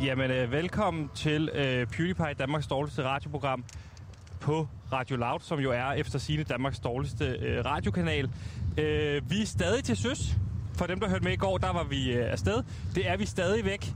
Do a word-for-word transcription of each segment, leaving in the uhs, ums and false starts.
Jamen, øh, velkommen til øh, PewDiePie, Danmarks dårligste radioprogram på Radio Loud, som jo er efter sigende Danmarks dårligste øh, radiokanal. Øh, vi er stadig til søs. For dem, der hørte med i går, der var vi øh, afsted. Det er vi stadigvæk.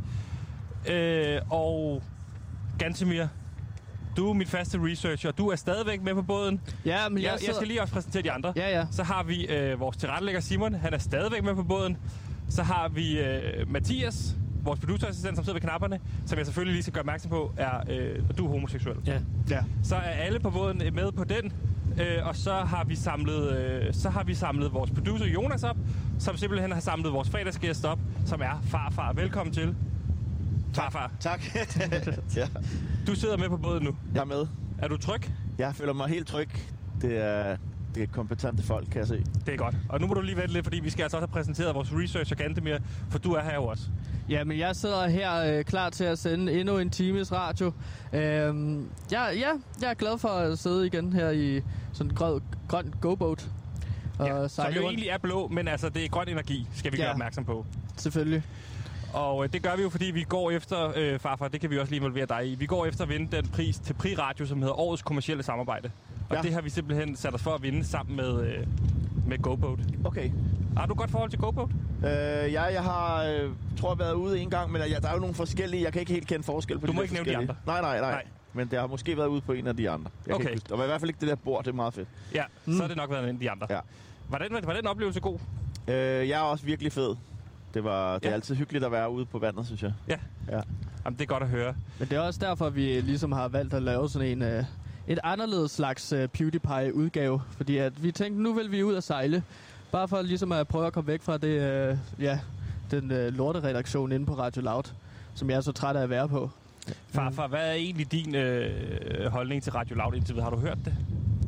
Øh, og Gantemir, du er mit faste researcher. Du er stadigvæk med på båden. Ja, men jeg, jeg, jeg skal lige også præsentere de andre. Ja, ja. Så har vi øh, vores tilrettelægger Simon. Han er stadigvæk med på båden. Så har vi øh, Mathias, vores producerassistent, som sidder ved knapperne, som jeg selvfølgelig lige skal gøre opmærksom på, er, øh, at du er homoseksuel. Ja. Ja. Så er alle på båden med på den, øh, og så har vi samlet, øh, så har vi samlet vores producer Jonas op, som simpelthen har samlet vores fredagsgæst op, som er farfar. Velkommen til. Farfar. Tak. Ja. Du sidder med på båden nu. Jeg er med. Er du tryg? Jeg føler mig helt tryg. Det er, det er kompetente folk, kan jeg se. Det er godt. Og nu må du lige vente lidt, fordi vi skal altså også have præsenteret vores researcher Gantemir, for du er her jo også. Ja, men jeg sidder her øh, klar til at sende endnu en times radio. Øhm, ja, ja, jeg er glad for at sidde igen her i sådan en grøn, grøn go-boat. Og Ja, som jo rundt. egentlig er blå, men altså det er grøn energi, skal vi Ja. gøre opmærksom på. Selvfølgelig. Og øh, det gør vi jo, fordi vi går efter, øh, farfar, det kan vi også lige involvere dig i. Vi går efter at vinde den pris til Pri Radio, som hedder Årets Kommercielle Samarbejde. Og Ja. det har vi simpelthen sat os for at vinde sammen med, øh, med GoBoat. Okay. Har du godt forhold til GoBoat? Øh, ja, jeg har, øh, tror jeg, været ude en gang, men ja, der er jo nogle forskellige. Jeg kan ikke helt kende forskel på Du de må der ikke nævne de forskellige. andre. Nej, nej, nej, Nej. Men det har måske været ude på en af de andre. Jeg Okay. kan ikke huske. Og i hvert fald ikke det der bord, det er meget fedt. Ja, mm. så har det nok været en af de andre. Ja. Var den, var den oplevelse god? Øh, jeg er også virkelig fed. Det, var, det Ja. er altid hyggeligt at være ude på vandet, synes jeg. Ja. Ja. Jamen, det er godt at høre. Men det er også derfor, vi ligesom har valgt at lave sådan en... Øh, et anderledes slags uh, PewDiePie-udgave. Fordi at vi tænkte, nu vil vi ud og sejle. Bare for ligesom at prøve at komme væk fra det, uh, ja, den uh, lorteredaktion inde på Radio Loud, som jeg er så træt af at være på. Farfar, hvad er egentlig din øh, holdning til Radio Loud indtil videre? Har du hørt det?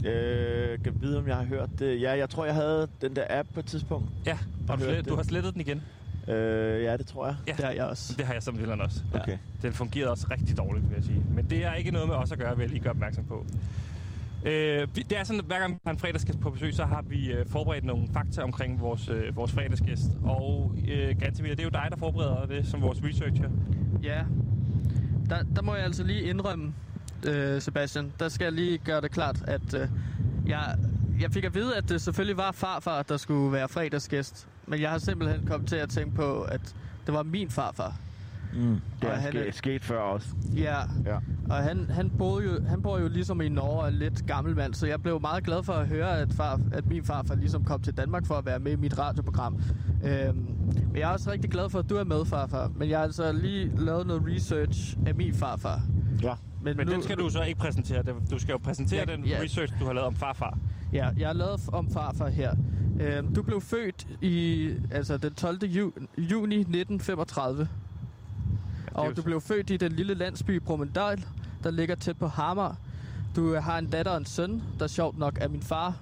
Øh, kan vide, om jeg har hørt det. Ja, jeg tror, jeg havde den der app på et tidspunkt. Ja, og du, hørte slet, det. du har slettet den igen. Øh, ja, det tror jeg. Ja, Det er jeg også. det har jeg som vildt også. Okay. Ja. Den fungerede også rigtig dårligt, vil jeg sige. Men det er ikke noget med os at gøre, vil jeg lige gøre opmærksom på. Øh, det er sådan, at hver gang vi har en fredagsgæst på besøg, så har vi øh, forberedt nogle fakta omkring vores, øh, vores fredagsgæst. Og øh, Gantemir, det er jo dig, der forbereder det som vores researcher. Ja, der, der må jeg altså lige indrømme, øh, Sebastian. Der skal jeg lige gøre det klart, at øh, jeg, jeg fik at vide, at det selvfølgelig var farfar, der skulle være fredagsgæst. Men jeg har simpelthen kommet til at tænke på, at det var min farfar. Mm. Det Og er han ske, er- sket før også. Ja, Ja. og han, han, boede jo, han bor jo ligesom i Norge og er lidt gammel mand, så jeg blev meget glad for at høre, at, far, at min farfar ligesom kom til Danmark for at være med i mit radioprogram. Øhm, men jeg er også rigtig glad for, at du er med, farfar. Men jeg har altså lige lavet noget research af min farfar. Ja. Men nu, den skal du så ikke præsentere. Du skal jo præsentere Ja, den ja. research, du har lavet om farfar. Ja, jeg har lavet om farfar her. Øhm, du blev født i altså den tolvte juni nitten femogtredive. jo Og du så- blev født i den lille landsby Brumunddal, der ligger tæt på Hamar. Du har en datter og en søn, der sjovt nok er min far.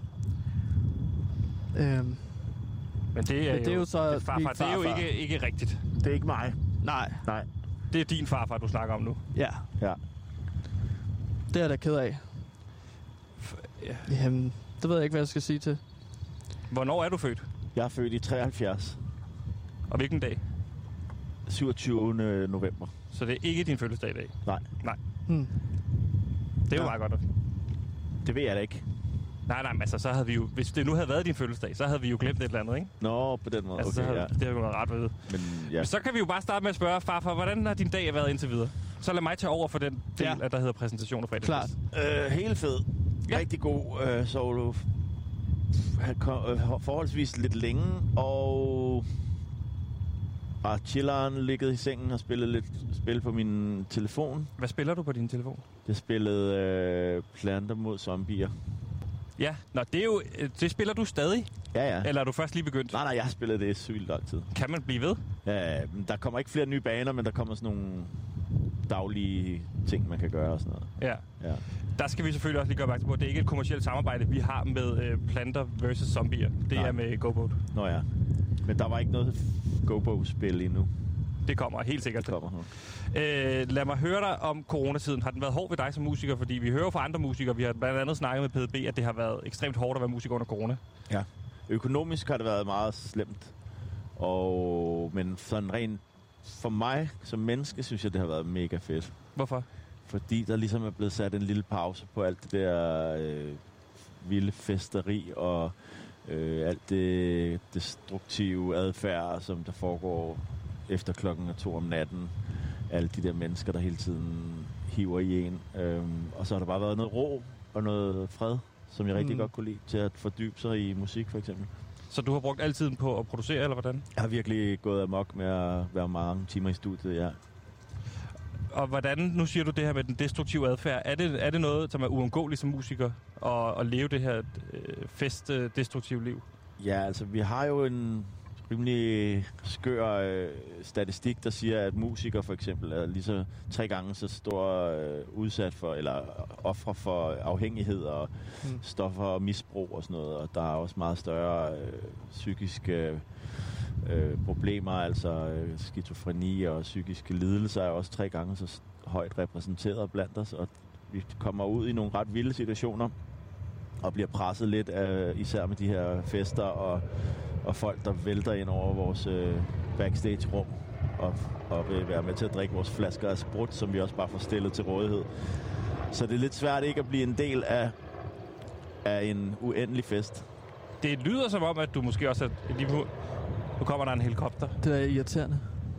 Øhm, Men det er, Men det er jo så det, farfar, min det er jo farfar. ikke, ikke rigtigt. Det er ikke mig. nej, Nej. Det er din farfar, du snakker om nu. ja, Ja. det er jeg da ked af. Ja. Jamen, det ved jeg ikke, hvad jeg skal sige til. Hvornår er du født? Jeg er født i treoghalvfjerds. Og hvilken dag? syvogtyvende november. Så det er ikke din fødselsdag i dag. Nej, Nej, Hmm. det er jo Ja. meget godt. det ved jeg da ikke. Nej, nej, men altså, så havde vi jo... Hvis det nu havde været din fødselsdag, så havde vi jo glemt et eller andet, ikke? Nå, på den måde. Altså, så Okay, havde, ja. det havde jo været ret ved. Men ja. Så kan vi jo bare starte med at spørge, farfar, hvordan har din dag været indtil videre? Så lad mig tage over for den del, Ja. af, der hedder præsentation af fredagsgæst. Klart. Øh, helt fed. Ja. Rigtig god øh, solo. Han kom øh, forholdsvis lidt længe, og bare chilleren, ligget i sengen og spillet lidt spil på min telefon. Hvad spiller du på din telefon? Jeg spillede øh, Planter mod Zombier. Ja, nå, det er jo... Det spiller du stadig? Ja, ja. Eller er du først lige begyndt? Nej, nej, jeg har spillet det sygt lang tid. Kan man blive ved? Ja, men der kommer ikke flere nye baner, men der kommer sådan nogle daglige ting, man kan gøre og sådan noget. Ja. Ja. Der skal vi selvfølgelig også lige gøre opmærksom på, at det ikke er et kommercielt samarbejde, vi har med øh, Planter versus Zombier. Det Nej. er med GoBoat. Nå ja. Men der var ikke noget Go-Bo-spil endnu. Det kommer helt sikkert. Det kommer nu. Øh, lad mig høre dig om coronatiden. Har den været hård ved dig som musiker? Fordi vi hører fra andre musikere, vi har blandt andet snakket med P D B, at det har været ekstremt hårdt at være musiker under corona. Ja. Økonomisk har det været meget slemt. Og, men sådan rent for mig som menneske, synes jeg, det har været mega fedt. Hvorfor? Fordi der ligesom er blevet sat en lille pause på alt det der øh, vilde festeri og øh, alt det destruktive adfærd, som der foregår efter klokken to om natten. Alle de der mennesker, der hele tiden hiver i en. Øhm, og så har der bare været noget ro og noget fred, som jeg rigtig mm. godt kunne lide, til at fordybe sig i musik for eksempel. Så du har brugt al tiden på at producere, eller hvordan? Jeg har virkelig gået amok med at være mange timer i studiet, ja. Og hvordan, nu siger du det her med den destruktive adfærd, er det, er det noget, som er uundgåeligt som musiker, at, at leve det her øh, fest-destruktive liv? Ja, altså vi har jo en rimelig skør øh, statistik, der siger, at musikere for eksempel er lige så tre gange så stor øh, udsat for, eller ofre for afhængighed og mm. stoffer og misbrug og sådan noget, og der er også meget større øh, psykiske øh, problemer, altså øh, skizofreni og psykiske lidelser er også tre gange så højt repræsenteret blandt os, og vi kommer ud i nogle ret vilde situationer og bliver presset lidt af, især med de her fester og og folk, der vælter ind over vores øh, backstage-rum og, og vil være med til at drikke vores flasker af sprut, som vi også bare får stillet til rådighed. Så det er lidt svært ikke at blive en del af, af en uendelig fest. Det lyder som om, at du måske også er lige nu, nu kommer der en helikopter. Det er irriterende.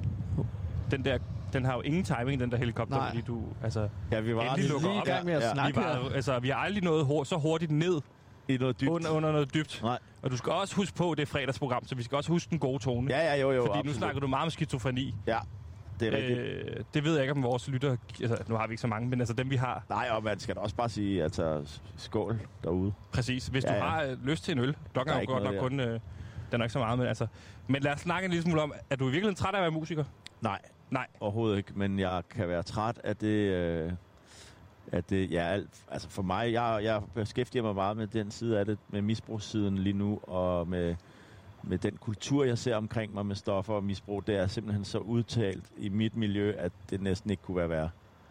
Den der, den har jo ingen timing, den der helikopter, Nej. fordi du altså Ja, vi var endelig lukker lige op. i gang med at Ja, snakke Vi, var, altså, vi har aldrig nået hår, så hurtigt ned i noget dybt. under, under noget dybt. Nej. Og du skal også huske på, det er fredagsprogram, så vi skal også huske den gode tone. Ja, ja, jo, jo. Fordi absolut. nu snakker du meget om skizofreni. Ja, det er rigtigt. Øh, det ved jeg ikke, om vores lytter... Altså, nu har vi ikke så mange, men altså dem, vi har... Nej, og man skal da også bare sige, altså, skål derude. Præcis. Hvis Ja, du ja. har øh, lyst til en øl, dog Der er er jo ikke godt nok noget kun... Øh, den er ikke så meget, men altså... Men lad os snakke en lille smule om, er du i virkeligheden træt af at være musiker? Nej, Nej. overhovedet ikke, men jeg kan være træt af det... Øh, at det, ja, alt, altså for mig, jeg, jeg beskæftiger mig meget med den side af det, med misbrugssiden lige nu, og med, med den kultur, jeg ser omkring mig med stoffer og misbrug. Det er simpelthen så udtalt i mit miljø, at det næsten ikke kunne være værre.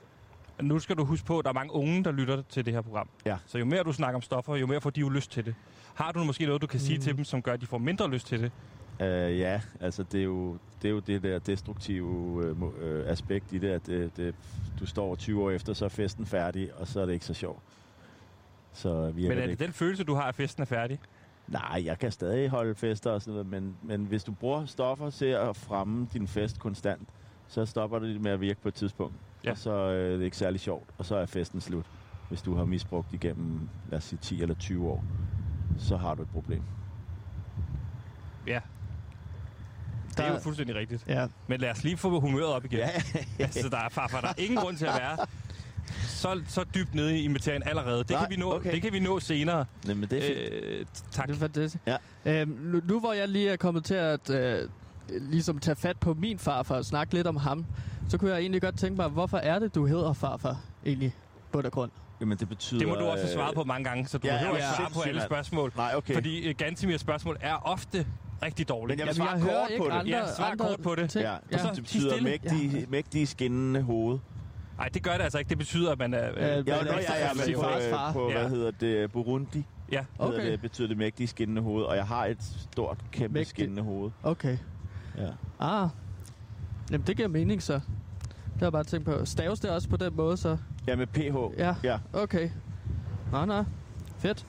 Nu skal du huske på, at der er mange unge, der lytter til det her program. Ja. Så jo mere du snakker om stoffer, jo mere får de jo lyst til det. Har du måske noget, du kan sige Mm. til dem, som gør, at de får mindre lyst til det? Uh, ja, altså det er, jo, det er jo det der destruktive øh, må- øh, aspekt i det, at det, det, du står tyve år efter, så er festen færdig, og så er det ikke så sjovt. Så virker Men er det det ikke. den følelse, du har, at festen er færdig? Nej, jeg kan stadig holde fester og sådan noget, men, men hvis du bruger stoffer til at fremme din fest konstant, så stopper det med at virke på et tidspunkt. Ja. Og så øh, er det ikke særlig sjovt, og så er festen slut. Hvis du har misbrugt igennem, lad os sige, ti eller tyve år, så har du et problem. Ja. Det er Der- jo fuldstændig rigtigt. Ja. Men lad os lige få humøret op igen. Ja, Altså, der er farfar, der er ingen grund til at være så, så dybt nede i materien allerede. Det, Nej, kan vi nå, okay. det kan vi nå senere. Nej, men det er fint. Øh, tak. Det er fantastisk. Ja. Øhm, nu, nu hvor jeg lige er kommet til at øh, ligesom tage fat på min farfar og snakke lidt om ham, så kunne jeg egentlig godt tænke mig, hvorfor er det, du hedder farfar egentlig, bund og grund? Jamen, det betyder... Det må du også have øh, svaret på mange gange, så du ja, behøver ja, ikke svare på sindssygt, alle mand. spørgsmål. Nej, okay. Fordi uh, Gantemirs spørgsmål er ofte rigtig dårlige. Men jeg vil Jamen, svare jeg hører kort ikke på det. andre, Ja, svar andre kort på det. ting. Ja, Ja. det så- det sig betyder stille. mægtige, Ja. mægtige skinnende hoved. Nej, det gør det altså ikke. Det betyder, at man er... Øh, Ja, Ja, Men nå, det er ja, ja, sin men på, fars øh, far. på Ja. hvad hedder det, Burundi, ja. hedder Okay. det, betyder det mægtige skinnende hoved, og jeg har et stort, kæmpe Mægtig. skinnende hoved. Okay. Ja. Ah. Jamen, det giver mening så. Det har jeg bare tænkt på. Staves det også på den måde så? Ja, med ph. Ja. Ja. Okay. Nå, nå. Fedt.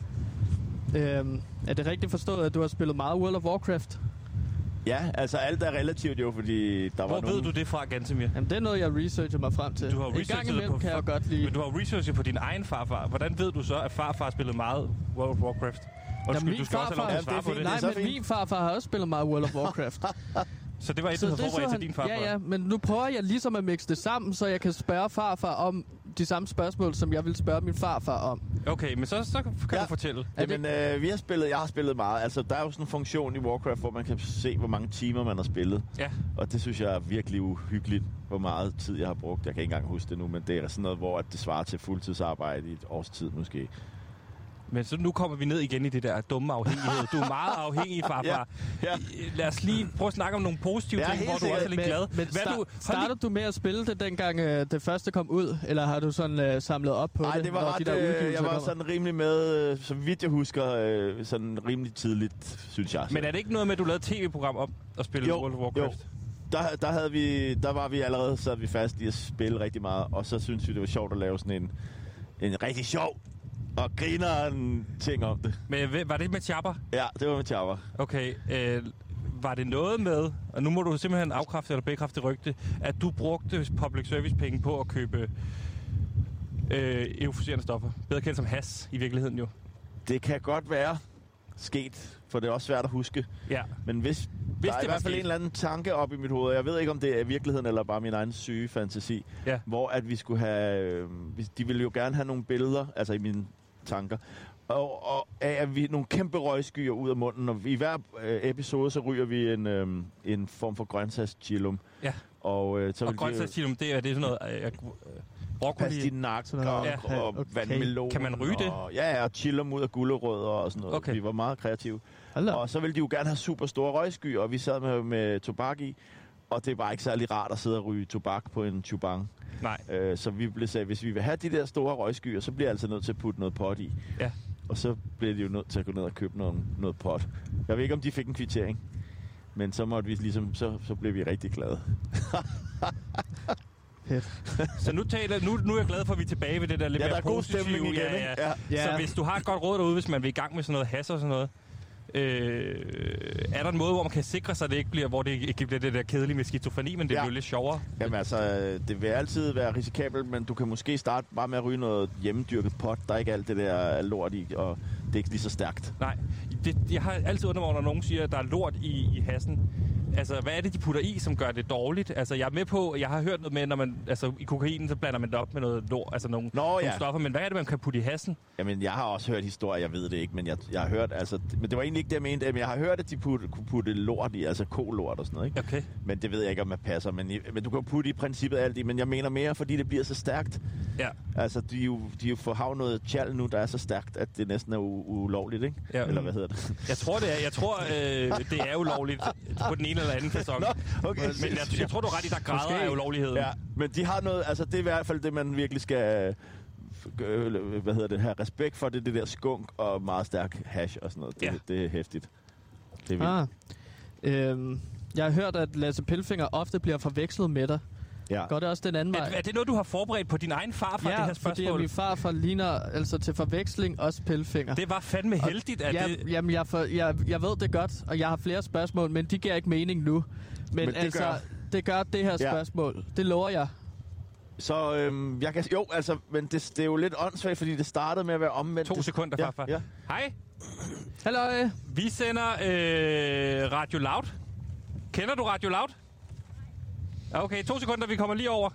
Øhm, er det rigtigt forstået, at du har spillet meget World of Warcraft? Ja, altså alt er relativt jo, fordi der Hvor var ved nogen... du det fra, Gantemir? Jamen, det er noget, jeg researcher mig frem til. Du har En gang researchet det imellem på kan jeg fa- godt lide... Men du har researchet på din egen farfar. Hvordan ved du så, at farfar spillede meget World of Warcraft? Undskyld, min du skal også have lov til at farfar- svare på Ja, det er det. fint. Nej, så men fint. min farfar har også spillet meget World of Warcraft. Så det var et, Så du havde det forberedt så til din farfar? Ja, ja, men nu prøver jeg ligesom at mixe det sammen, så jeg kan spørge farfar om de samme spørgsmål, som jeg vil spørge min farfar om. Okay, men så, så kan Ja. du fortælle. Er det- Jamen, øh, vi har spillet, jeg har spillet meget. Altså, der er jo sådan en funktion i Warcraft, hvor man kan se, hvor mange timer man har spillet. Ja. Og det synes jeg er virkelig uhyggeligt, hvor meget tid jeg har brugt. Jeg kan ikke engang huske det nu, men det er sådan noget, hvor at det svarer til fuldtidsarbejde i et års tid måske. Men så nu kommer vi ned igen i det der dumme afhængighed. Du er meget afhængig, farfar. Ja, ja. Lad os lige prøve at snakke om nogle positive Ja, ting, helt hvor du sikkert. også er lidt men, glad. Men Hvad star- er du, startede du med at spille det, dengang øh, det første kom ud? Eller har du sådan øh, samlet op på Nej, det, det var når ret, de der øh, udgivelser jeg var kommer? sådan rimelig med, øh, så vidt jeg husker, øh, sådan rimelig tidligt, synes jeg. Men er det ikke noget med, at du lavede et tv-program om at spille Jo, World of Warcraft? der, der, havde vi, der var vi allerede, sad vi fast i at spille rigtig meget, og så synes vi, det var sjovt at lave sådan en, en rigtig sjov og griner en ting om det. Men var det med Chapper? Ja, det var med Chapper. Okay, øh, var det noget med, og nu må du simpelthen afkræfte eller bekræfte rygte, at du brugte public service penge på at købe øh, euforiserende stoffer? Bedre kendt som has i virkeligheden jo. Det kan godt være sket, for det er også svært at huske. Ja. Men hvis, hvis der er i hvert fald en eller anden tanke op i mit hoved, jeg ved ikke, om det er virkeligheden eller bare min egen syge fantasi, ja. hvor at vi skulle have, øh, de ville jo gerne have nogle billeder, altså i mine tanker, og, og af at vi nogle kæmpe røgskyer ud af munden, og i hver øh, episode, så ryger vi en, øh, en form for grøntsagschillum. Ja. Og, øh, så og grøntsagschillum, det er det er sådan noget... Øh, broccoli. Pastinak og, ja. og okay. vandmelon. Kan man ryge det? Og, ja, og chillum ud af gulerødder og sådan noget. Okay. Vi var meget kreative. Hello. Og så ville de jo gerne have super store røgskyer, og vi sad med, med tobak i. Og det var ikke særlig rart at sidde og ryge tobak på en chubang. Nej. Øh, så vi blev sagt, hvis vi vil have de der store røgskyer, så bliver jeg altså nødt til at putte noget pot i. Ja. Og så blev de jo nødt til at gå ned og købe noget, noget pot. Jeg ved ikke, om de fik en kvittering. Men så måtte vi ligesom, så, så blev vi rigtig glade. Så nu, taler, nu, nu er jeg glad for, at vi er tilbage ved det der lidt ja, mere der er positive. god stemning igen, ja, ja. Ja. Ja. Så Ja. hvis du har et godt råd derude, hvis man vil i gang med sådan noget has og sådan noget, øh, er der en måde, hvor man kan sikre sig, at det ikke bliver, hvor det ikke bliver det der kedelige med skizofreni, men det Ja. bliver lidt sjovere? Jamen altså, det vil altid være risikabelt, men du kan måske starte bare med at ryge noget hjemmedyrket pot. Der er ikke alt det der lort i, og det er ikke lige så stærkt. Nej, det, jeg har altid undret mig, når nogen siger, at der er lort i, i hassen. Altså, hvad er det, de putter i, som gør det dårligt? Altså, jeg er med på, jeg har hørt noget med, når man, altså, i kokainen, så blander man det op med noget lort, altså nogle, Nå, nogle ja. stoffer. Men hvad er det, man kan putte i hassen? Jamen, jeg har også hørt historier, jeg ved det ikke, men jeg, jeg har hørt, altså, men det var egentlig ikke det, jeg mente, men jeg har hørt, at de putte, kunne putte lort i, altså kolort og sådan noget, ikke? Okay. Men det ved jeg ikke, om det passer, men, i, men du kan putte i princippet alt i, men jeg mener mere, fordi det bliver så stærkt. Ja. Altså, de er jo, de er jo forhavnet noget tjal nu, der er så stærkt, at det næsten er u- ulovligt, ikke? Ja. Eller hvad hedder det? Jeg tror, det er, jeg tror, øh, det er ulovligt på den ene eller anden facon. Nå, okay. Men jeg, jeg tror, du er ret i, der grader Måske. af ulovligheden. Ja, men de har noget, altså det er i hvert fald det, man virkelig skal, øh, hvad hedder det her, respekt for, det det der skunk og meget stærk hash og sådan noget. Det, Ja. det er hæftigt. Det er vildt. Ah. Øhm, jeg har hørt, at Lasse Pilfinger ofte bliver forvekslet med dig. Ja. Går det også den anden vej? Er, er det noget, du har forberedt på din egen farfar, ja, det her fordi spørgsmål? min farfar ligner altså til forveksling også Pilfinger. Det var fandme heldigt, at ja, det... Jamen, jeg, for, jeg, jeg ved det godt, og jeg har flere spørgsmål, men de giver ikke mening nu. Men, Men det altså, gør- det gør det her Ja. spørgsmål. Det lover jeg. Så øhm, jeg kan, jo, altså, men det, det er jo lidt åndssvagt, fordi det startede med at være omvendt. To sekunder, ja, farfar. ja. Hej, Hallo. vi sender øh, Radio Loud. Kender du Radio Loud? Ja, okay, to sekunder, vi kommer lige over.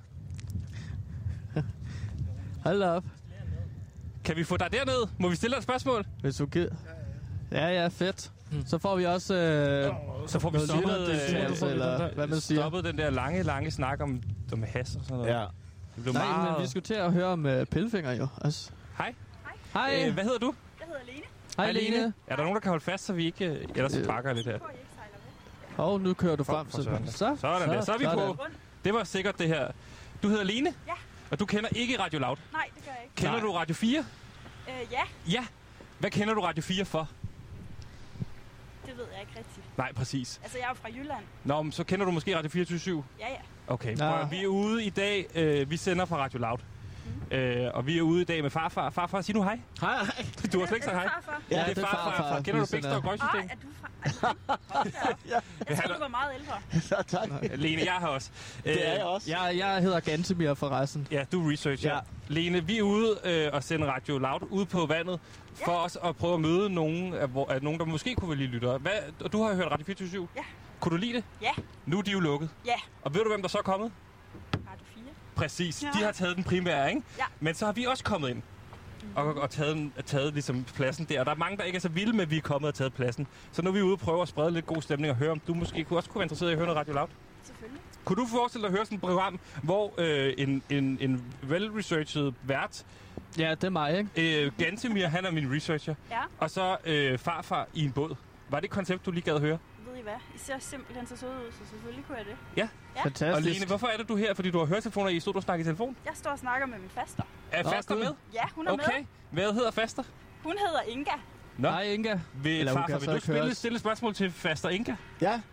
Hold op. Kan vi få dig derned? Må vi stille dig et spørgsmål? Hvis du gider. Ja, ja, fedt. Så får vi også øh, Så får vi noget stoppet, lytterdeltagelse, øh, eller hvad man siger. stoppet den der lange, lange snak om, om has og sådan noget. Ja. Det blev Nej, meget... men vi skulle til at høre om uh, Pilfinger jo også. Hej. Hej. Øh, hvad hedder du? Jeg hedder Lene. Hej, Lene. Er der nogen, der kan holde fast, så vi ikke... øh, Ellers Øh. bakker jeg lidt her. Hvor I ikke sejler med. Og nu kører du frem. for Så, søren. så, Sådan der, så er vi sådan. på. Rundt. Det var sikkert det her. Du hedder Lene? Ja. Og du kender ikke Radio Loud? Nej, det gør jeg ikke. Kender Nej. du Radio fire? Øh, ja, Ja. Hvad kender du Radio fire for? det ved jeg ikke rigtigt. Nej, præcis. Altså, jeg er jo fra Jylland. Nå, men så kender du måske Radio fireogtyve syv? Ja, ja. Okay, Nå. prøv, at- vi er ude i dag. Øh, vi sender fra Radio Loud. Mm. Øh, og vi er ude i dag med farfar. Farfar, sig nu hej. Hej. Du har slet ikke sagt hej. Farfar. Ja, det er farfar. Kender Vi du sender- Bækster og Ah, Grøgsystem? er du fra... Hold da op. Jeg tror, du var meget ældre. Så tak. Lene, jeg har også. Det er Øh, jeg også. Jeg, jeg hedder Gantemir forresten. Ja, du er researcher. Ja. Ja. Lene, vi er ude øh, og sende Radio Loud ude på vandet, for os at prøve at møde nogen, af, hvor, af nogen der måske kunne være lige lyttere. Hvad, og du har hørt Radio fireogtyve syv? Ja. Kunne du lide det? Ja. Nu er de jo lukket. Ja. Og ved du, hvem der så er kommet? Radio fire. Præcis. Ja. De har taget den primære, ikke? Ja. Men så har vi også kommet ind og, og taget, taget ligesom pladsen der. Og der er mange, der ikke er så vilde med, at vi er kommet og taget pladsen. Så nu er vi ude og prøve at sprede lidt god stemning og høre, om du måske kunne også kunne være interesseret i at høre noget Radio Loud. Selvfølgelig. Kunne du forestille dig at høre sådan et program, hvor øh, en, en, en well-researchet vært, Ja, det er mig, ikke? øh, Gantemir, han er min researcher, Ja, og så øh, farfar i en båd. Var det et koncept, du lige gad at høre? ved I hvad? I ser simpelthen så søde ud, så selvfølgelig kunne jeg det. Ja. Ja. Fantastisk. Og Lene, hvorfor er det, du er her? Fordi du har høretelefoner i, stod du og snakkede i telefon? Jeg står og snakker med min faster. Er Nå, faster gud. med? Ja, hun er Okay. med. Hvad hedder faster? Hun hedder Inga. Nå. Hej, Inga. Vil, Eller hun farfar, kan vil så du ikke høre spille, os. stille et spørgsmål til faster Inga? Ja.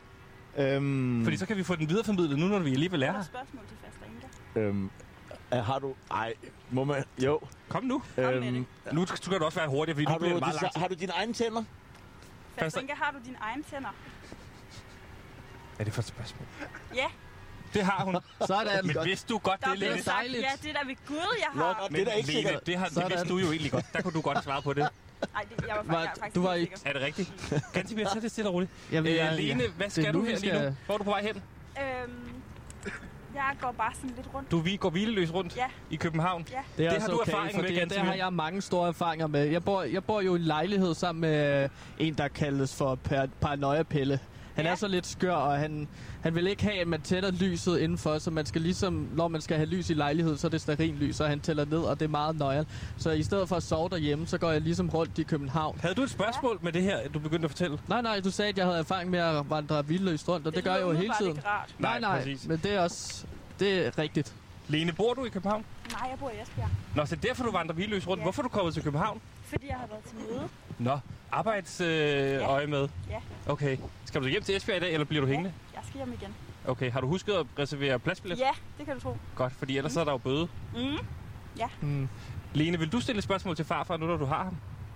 Øhm, Fordi så kan vi få den videreformidlet nu, når vi alligevel er Er der her. spørgsmål til Faster Inga? øhm, er, har du... Ej, må man... Jo. Kom nu. med det. Nu skal du også være hurtig, fordi Har nu bliver du, det meget de, langt. har du dine egne tænder? Faster Faster- Inga, har du dine egne tænder? Er det for et spørgsmål? Ja. Det har hun. Sådan. Men vidste du godt, Der det, er blevet Lene? sagt, dejligt. ja, det er da ved Gud, jeg Nå, har. godt. Men Det er da ikke Lene, sikkert. det, har, det Sådan. vidste du jo egentlig godt. Der kunne du godt svare på det. Nej, det, jeg var, Var- faktisk, jeg er faktisk du var ikke i- sikker. Er det rigtigt? Ganske mere, så er det stille og roligt. Jamen, Øh, jeg- Lene, ja. hvad Det skal er du nu, her vi lige nu? skal- Hvor er du på vej hen? Øhm, jeg går bare sådan lidt rundt. Du vi går hvileløs rundt Ja. i København. Ja. Det, er Det også har du okay, erfaring med, fordi Gansimir. det har jeg mange store erfaringer med. Jeg bor, jeg bor jo i en lejlighed sammen med øh, en, der kaldes for par, Paranoia-Pelle. Han Ja. er så lidt skør, og han, han vil ikke have, at man tænder lyset indenfor, så man skal ligesom, når man skal have lys i lejlighed, så er det stearinlys, og han tæller ned, og det er meget nøjeren. Så i stedet for at sove derhjemme, så går jeg ligesom rundt i København. Havde du et spørgsmål med det her, du begyndte at fortælle? Nej, nej, du sagde, at jeg havde erfaring med at vandre vildløst rundt, og det, det gør jeg jo hele tiden. Ikke rart. Nej, Nej, nej, præcis. men det er også, det er rigtigt. Lene, bor du i København? Nej, jeg bor i Esbjerg. Nå, så det er derfor, du vandrer hvileløs rundt. Ja. Hvorfor er du kommet til København? Fordi jeg har været til møde. Nå, arbejdsøje øh, Ja. øje med. Ja. Okay. Skal du hjem til Esbjerg i dag, eller bliver du hængende? Jeg skal hjem igen. Okay, har du husket at reservere pladsbillet? Ja, det kan du tro. Godt, fordi ellers så er der jo bøde. Mm. Mm. Lene, vil du stille et spørgsmål til farfar, nu når du har ham?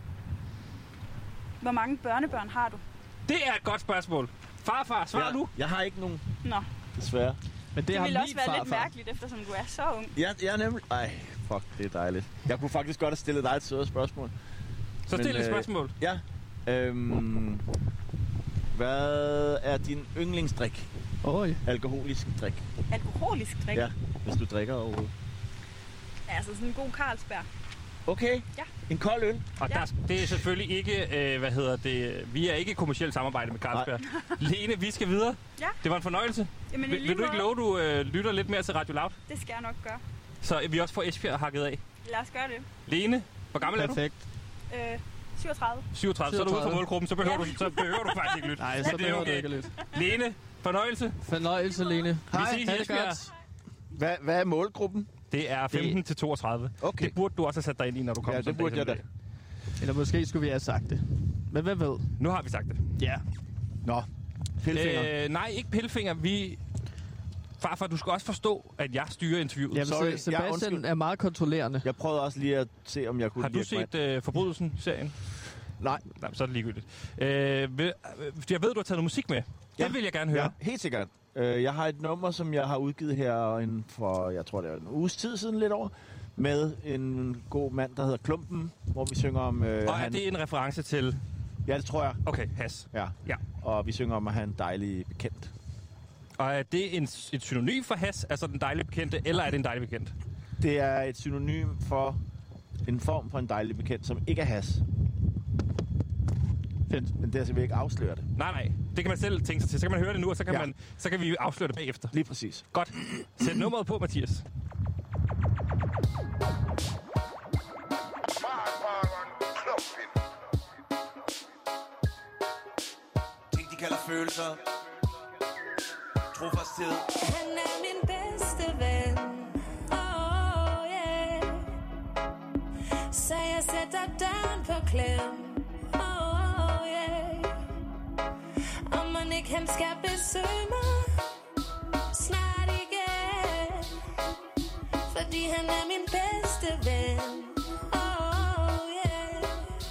Hvor mange børnebørn har du? Det er et godt spørgsmål. Farfar, svar Ja, nu. jeg har ikke nogen, Nå, desværre. Men det, det har ville min også være farfar. lidt mærkeligt, eftersom du er så ung. Jeg, jeg er nemlig... Ej, fuck, det er dejligt. Jeg kunne faktisk godt have stillet dig et sødt spørgsmål. Så Men, stil et øh, spørgsmål. Ja. Øhm, hvad er din yndlingsdrik? Oj. Alkoholisk drik. Alkoholisk drik. Ja, hvis du drikker overhovedet. Altså sådan en god Carlsberg. Okay. Ja. En kold øl. Og Ja. der, det er selvfølgelig ikke, øh, hvad hedder det, vi er ikke i kommercielt samarbejde med Carlsberg. Lene, vi skal videre. Ja. Det var en fornøjelse. Jamen, i Vil, lige vil du ikke måde. love, du øh, lytter lidt mere til Radio Loud? Det skal jeg nok gøre. Så vi også får Esbjerg hakket af. Lad os gøre det. Lene, hvor gammel er du? Perfekt. Øh, syvogtredive. syvogtredive, så er du ude fra syvogtredive. målgruppen, så behøver, Ja. du, så behøver du faktisk ikke lytte. Nej, Men så det er behøver du okay. ikke lidt. Lene, fornøjelse. Fornøjelse, Lene. Hej, ses i ha' det Esbjerg. godt. Hvad, hvad er målgruppen? Det er femten til toogtredive. Okay. Det burde du også have sat dig ind i, når du kommer Ja, som det burde jeg da. dato. Eller måske skulle vi have sagt det. Men hvem ved? Nu har vi sagt det. Ja. Nå. Pillefinger. Øh, nej, ikke pillefinger. Vi... Farfar, du skal også forstå, at jeg styrer interviewet. Jamen, Sorry, Se- Sebastian ja, undskyld. er meget kontrollerende. Jeg prøvede også lige at se, om jeg kunne Har du lirke mig set øh, Forbrydelsen-serien? Nej. Nej, så er det ligegyldigt. Øh, ved, øh, jeg ved, du har taget noget musik med. Ja. Det vil jeg gerne høre. Ja, helt sikkert. Øh, jeg har et nummer, som jeg har udgivet her inden for, jeg tror det er en uges tid siden lidt over, med en god mand, der hedder Klumpen, hvor vi synger om... Øh, Og er han... det en reference til... Ja, det tror jeg. Okay, has. Ja. Ja. Og vi synger om at have en dejlig bekendt. Og er det en, et synonym for has, altså den dejlige bekendte, eller er det en dejlig bekendt? Det er et synonym for en form for en dejlig bekendt, som ikke er has. Fedt. Men der skal vi ikke afsløre det. Nej, nej. Det kan man selv tænke sig til. Så kan man høre det nu, og så kan, Ja. man, så kan vi afsløre det bagefter. Lige præcis. Godt. Sæt nummeret på, Mathias. Ting de kalder følelser. Trofasthed. Han er min bedste ven. Oh yeah. Så jeg sætter døren på klem. Oh yeah. Om man ikke han skal besøge mig snart igen. Fordi han er min bedste ven. Oh yeah.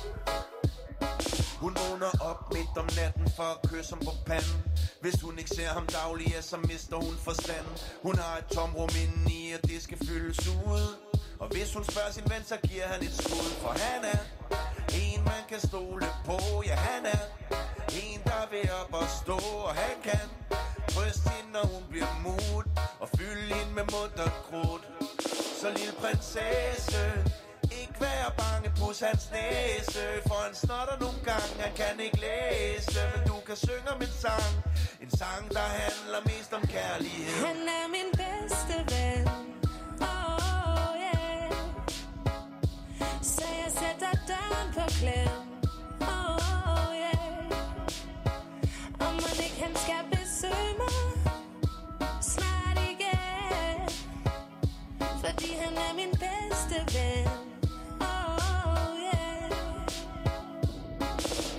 Hun vågner op midt om natten for at kysse ham på panden. Hvis hun ikke ser ham daglig, ja, så mister hun forstanden. Hun har et tomrum inde i, og det skal fyldes ud. Og hvis hun spørger sin ven, så giver han et skud. For han er en, man kan stole på. Ja, han er en, der vil op og stå. Og han kan trøste hende, når hun bliver mood. Og fylde hende med muntert krudt. Så lille prinsesse, ikke være bange, pus hans næse. For han snotter nogle gange, han kan ikke læse. Men du kan synge om en sang. En sang, der handler mest om kærlighed. Han er min bedste ven. Oh yeah. Så jeg sætter døren på klem. Oh yeah. Om man ikke han skal besøge mig snart igen. Fordi han er min bedste ven. Oh yeah.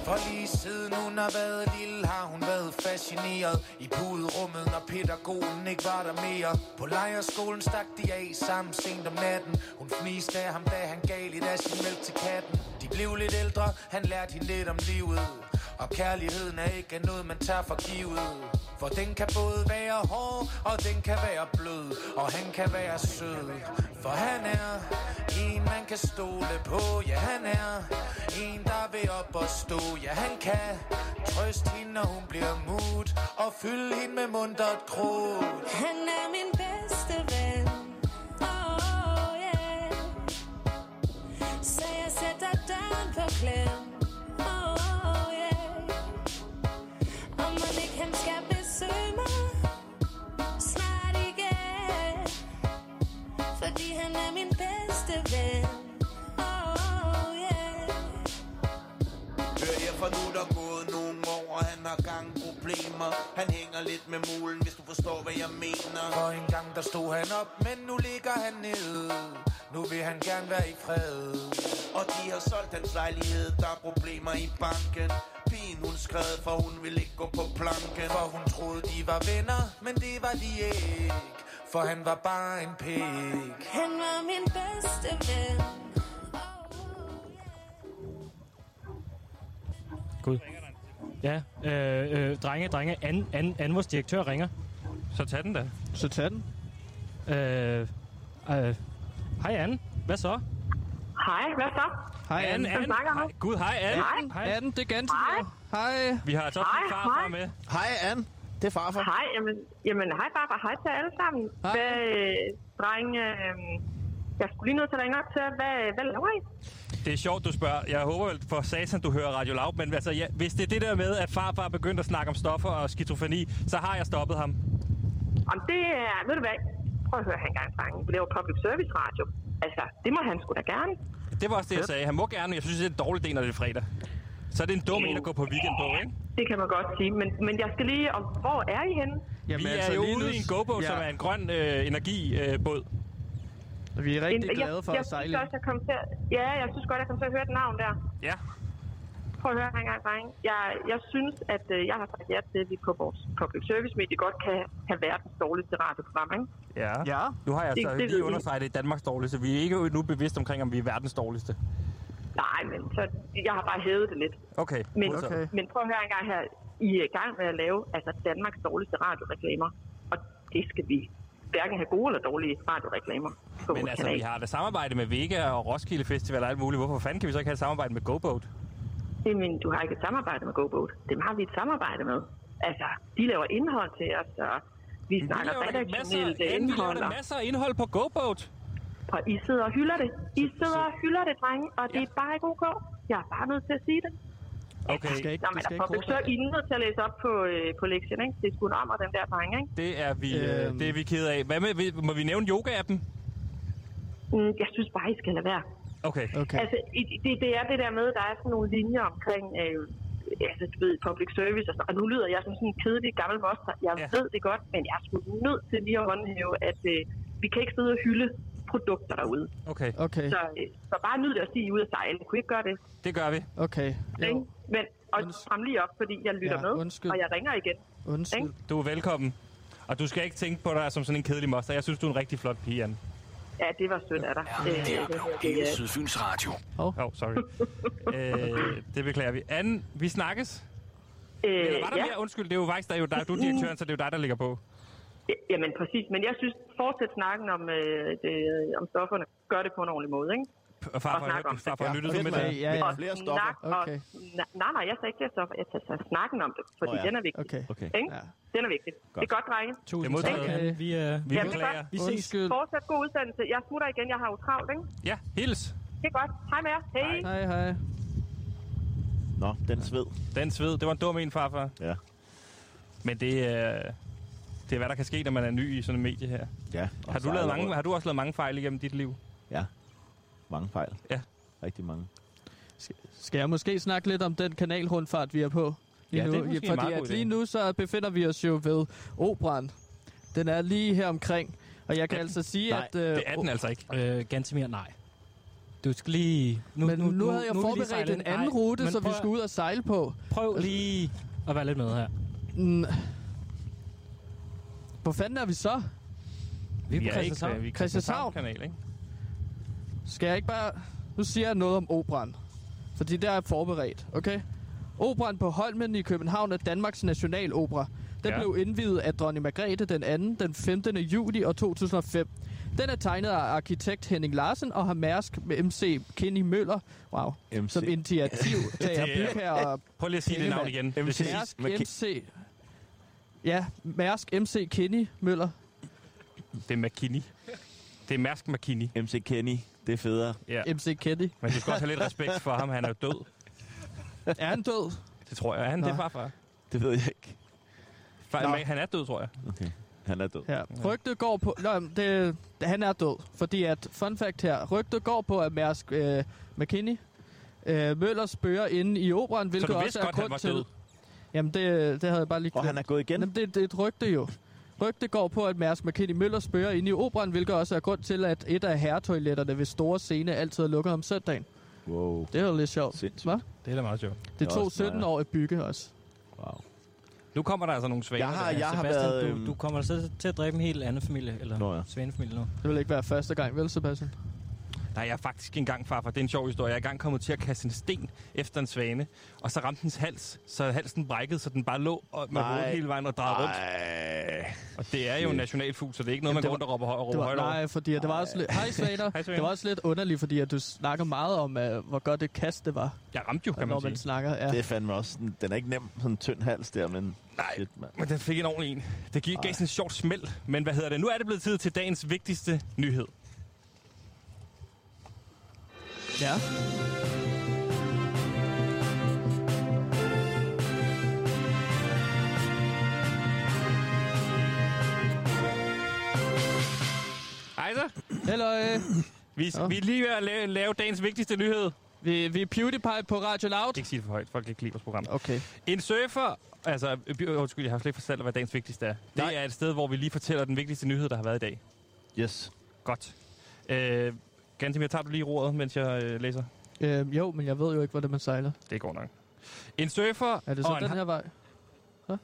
For lige siden hun har været lille, har hun været fascineret i puderummet, når pædagogen ikke var der mere. På lejerskolen stak de af sammen sent om natten. Hun fniste af ham, da han gav lidt af sin mælk til katten. De blev lidt ældre, han lærte hende lidt om livet. Og kærligheden er ikke noget, man tager for givet. For den kan både være hård, og den kan være blød. Og han kan være sød. For han er en, man kan stole på. Ja, han er en, der vil op og stå. Ja, han kan trøste hende, når hun bliver mut. Og fylde hende med muntert krudt. Han er min bedste ven. Oh, yeah. Så jeg sætter døren på klem. Oh, yeah. Og man ikke han skal besøge mig snart igen. Fordi han er min bedste ven. Oh, yeah. Hør her, for nu der er gået nogle år, og han har gang problemer. Han hænger lidt med mulen, hvis du forstår, hvad jeg mener. For en gang der stod han op, men nu ligger han nede. Nu vil han gerne være i fred. Og de har solgt hans lejlighed, der er problemer i banken. Pigen hun skred, for hun ville ikke gå på planken. For hun troede de var venner, men det var de ikke. For han var bare en pik. Han var min bedste ven. Gud. Ja, øh, øh, drenge, drenge. An, an, an, vores direktør ringer. Så tag den da. Så tag den. Øh, øh, hej, Anne. Hvad så? Hej, hvad så? Hej, Anne. Anne. Hej. Gud, hej, Anne. Hej. Hej. Anne, det er ganske. Hej. Vi har så Hej, farfar hej. med. Hej, Anne. Det er farfar. Hej, jamen, jamen hej farfar, hej til alle sammen. Hej. Hvad, øh, drenge, øh, jeg skulle lige nødt til at ringe op til jer. Hvad, hvad laver I? Det er sjovt, du spørger. Jeg håber vel for satan, du hører Radio Loud, men altså, ja, hvis det er det der med, at farfar er begyndt at snakke om stoffer og skizofreni, så har jeg stoppet ham. Om det er, ved du hvad, prøv at høre her engang, drenge. Vi laver public service radio. Altså, det må han sgu da gerne. Det var også det, jeg sagde. Han må gerne, jeg synes, det er en dårlig del, når det er fredag. Så er det en dum en at gå på weekend på, ikke? Det kan man godt sige, men, men jeg skal lige, om, hvor er I henne? Jamen, Vi er altså, jo lige ude nu- i en GoBoat, ja. som er en grøn øh, energibåd. Vi er rigtig jeg, glade for jeg, at sejle. Jeg synes også, jeg kom til, ja, jeg synes godt, jeg kom til at høre et navn der. Ja. Prøv at høre her engang, drenge. Jeg, jeg synes, at øh, jeg har sagt ja til, at vi på vores public service medie godt kan have verdens dårligste radioprogram, ikke? Ja. Ja. Nu har jeg Det- altså det ved lige vi. understreget, det er Danmarks dårligste. Vi er ikke nu bevidste omkring, om vi er verdens dårligste. Nej, men så, jeg har bare hævet det lidt. Okay. Men, Okay. men prøv at høre engang her. I er i gang med at lave altså Danmarks dårligste radioreklamer. Og det skal vi hverken have gode eller dårlige radioreklamer på Men vores altså, kanal. vi har da samarbejde med Vega og Roskilde Festival og alt muligt. Hvorfor fanden kan vi så ikke have et samarbejde med GoBoat? Jamen, du har ikke et samarbejde med GoBoat. Dem har vi et samarbejde med. Altså, de laver indhold til os, og vi Vi snakker laver da masser, redaktionelt ja, vi laver indhold. da og- masser af indhold på GoBoat. Og I sidder og hylder det. I sidder og hylder det, drenge, og det Ja. er bare ikke ok. Jeg er bare nødt til at sige det. Okay, Det skal ikke, Nå, det men skal der ikke public service, I er nødt til at læse op på, øh, på lektien, ikke? Det er sgu en om og den der drenge, ikke? det er vi, øh, Øhm. det er vi ked af. Hvad med, vi- må vi nævne yoga-appen? Mm, jeg synes bare, I skal lade være. Okay. Okay. Altså, i- det, det er det der med, der er sådan nogle linjer omkring, øh, altså, du ved, public service og sådan. Og nu lyder jeg som sådan en kedelig gammel moster. Jeg Ja. ja. ved det godt, men jeg er sgu nødt til lige at håndhæve, at øh, vi kan ikke sidde og hylde produkter derude. Okay, Okay. Så, øh, så bare nyd det at sige, I er ude at sejle. Kunne I ikke gøre det? det gør vi. Okay. Ikke? Jo. Men, og Unds- frem lige op, fordi jeg lytter Ja, med, undskyld. og jeg ringer igen. Undskyld. Ikke? Du er velkommen. Og du skal ikke tænke på dig som sådan en kedelig moster. Jeg synes, du er en rigtig flot pige, Anne. Ja, det var sødt af dig. Øh, Det er det- hele det- Sydfyns Radio. Åh, oh, sorry. øh, det beklager vi. Anne, vi snakkes. øh, Eller var der ja. mere? Undskyld, det er jo faktisk der er jo dig. Du er direktøren, så det er jo dig, der ligger på. Jamen præcis, men jeg synes, fortsæt snakken om, øh, det, om stofferne. Gør det på en ordentlig måde, ikke? Og farfar, Og snak om hørte- farfar Ja, lyttede du fedt, med mand. det? Ja, ja. Og Flere stoffer. snak og, Okay. na, nej, nej, jeg sagde ikke flere stoffer. Jeg tager snakken om det, fordi Nå ja. den er vigtig. Okay. Okay. Ikke? Ja. Den er vigtig. Det er godt, drenge. Det er Tusind modtaget. tak, Anne. Vi, øh, Vi Jamen, beklager. vi ses. Undskyld. Fortsæt god udsendelse. Jeg smutter igen. Jeg har jo travlt, ikke? Ja, hils. Det er godt. Hej med jer. Hej. Hej, hej. Nå, den sved. Den sved. Det var en dum en, farfar. Ja. Men det er... Det er, hvad der kan ske, når man er ny i sådan en medie her. Ja. Har du, lavet mange, har du også lavet mange fejl igennem dit liv? Ja. Mange fejl. Ja. Rigtig mange. Skal jeg måske snakke lidt om den kanalrundfart, vi er på? Lige Ja, nu? det er måske en Fordi meget god at idé. lige nu så befinder vi os jo ved Operan. Den er lige her omkring. Og jeg kan altså sige, Nej, at... Øh, Det er den altså ikke. øh, Gantemir, nej. Du skal lige... Nu, men nu, nu, nu havde jeg nu forberedt en anden Nej, rute, som vi skal ud og sejle på. Prøv lige at være lidt med her. Mm. Hvor fanden er vi så? Vi er på Christianshavn. Vi er Christianshavn kanal, ikke? Skal jeg ikke bare... Nu siger jeg noget om operan. Fordi der er forberedt, okay? Operan på Holmen i København er Danmarks nationalopera. Den ja. blev indviet af dronning Margrethe den anden den femtende juli år to tusind og fem. Den er tegnet af arkitekt Henning Larsen og har Mærsk med M C Kenny Møller wow, M C. som initiativtager bygherre. Prøv lige at sige det navn igen. Mærsk M C. Ja, Mærsk M C Kenny Møller. Det er McKinney. Det er Mærsk McKinney. M C Kenny. Det er federe. Ja. M C Kenny. Men du skal også have lidt respekt for ham. Han er jo død. Er han død? Det tror jeg. Er han Nå. det, farfar? Det ved jeg ikke. Far, han er død, tror jeg. Okay. Han er død. Ja. Rygtet går på... Nå, det, han er død. Fordi at... Fun fact her. Rygtet går på, at Mærsk øh, McKinney øh, Møller spørger inde i operan, hvilket så du også er godt, grund til... Død. Jamen, det, det havde jeg bare lige... Og han er gået igen? Jamen, det, det er et rygte jo. Rygte går på, at Mærsk McKinney Møller spørger inde i operan, hvilket også er grund til, at et af herretoiletterne ved Store Scene altid er lukket om søndagen. Wow. Det er jo lidt sjovt. Sindssygt. Det er da meget sjovt. Det tog sytten år at bygge også. Wow. Nu kommer der altså nogle svaner. Jeg har, jeg har Sebastian, været, du, du kommer altså til at dræbe en helt anden familie, eller Nå, ja. svanefamilie nu. Det vil ikke være første gang, vel, Sebastian? Nej, jeg er faktisk engang, farfar. Det er en sjov historie. Jeg er engang kommet til at kaste en sten efter en svane, og så ramte dens hals, så halsen brækkede, så den bare lå med hovedet hele vejen og drejede rundt. Og det er jo en nationalfugl, så det er ikke noget, man går rundt og råber, råber højt over. Nej, fordi det var også lidt... Hej, svaner. Hej, svaner. Det var også lidt underligt, fordi at du snakker meget om, uh, hvor godt et kast det var. Jeg ramte jo, kan man når sige. Man snakker, ja. Det er fandme også... Den er ikke nem, sådan en tynd hals der, men... Nej, shit, men den fik en ordentlig en. Det gav sådan en sjovt smæld. Men hvad hedder det? Nu er det blevet tid til dagens vigtigste nyhed. Ja. Hej så. Hello. Vi, ja. vi er lige ved at lave, lave dagens vigtigste nyhed. Vi, vi er PewDiePie på Radio Loud. Ikke sige det for højt. Folk kan ikke lide vores program. Okay. En surfer... Altså, undskyld, jeg har slet ikke fortalt, hvad dagens vigtigste er. Det Nej. er et sted, hvor vi lige fortæller den vigtigste nyhed, der har været i dag. Yes. Godt. Øh, Gantemir, tager du lige roret, mens jeg øh, læser? Øh, jo, men jeg ved jo ikke, hvordan man sejler. Det går nok. En surfer... Er det så den her vej? Hå?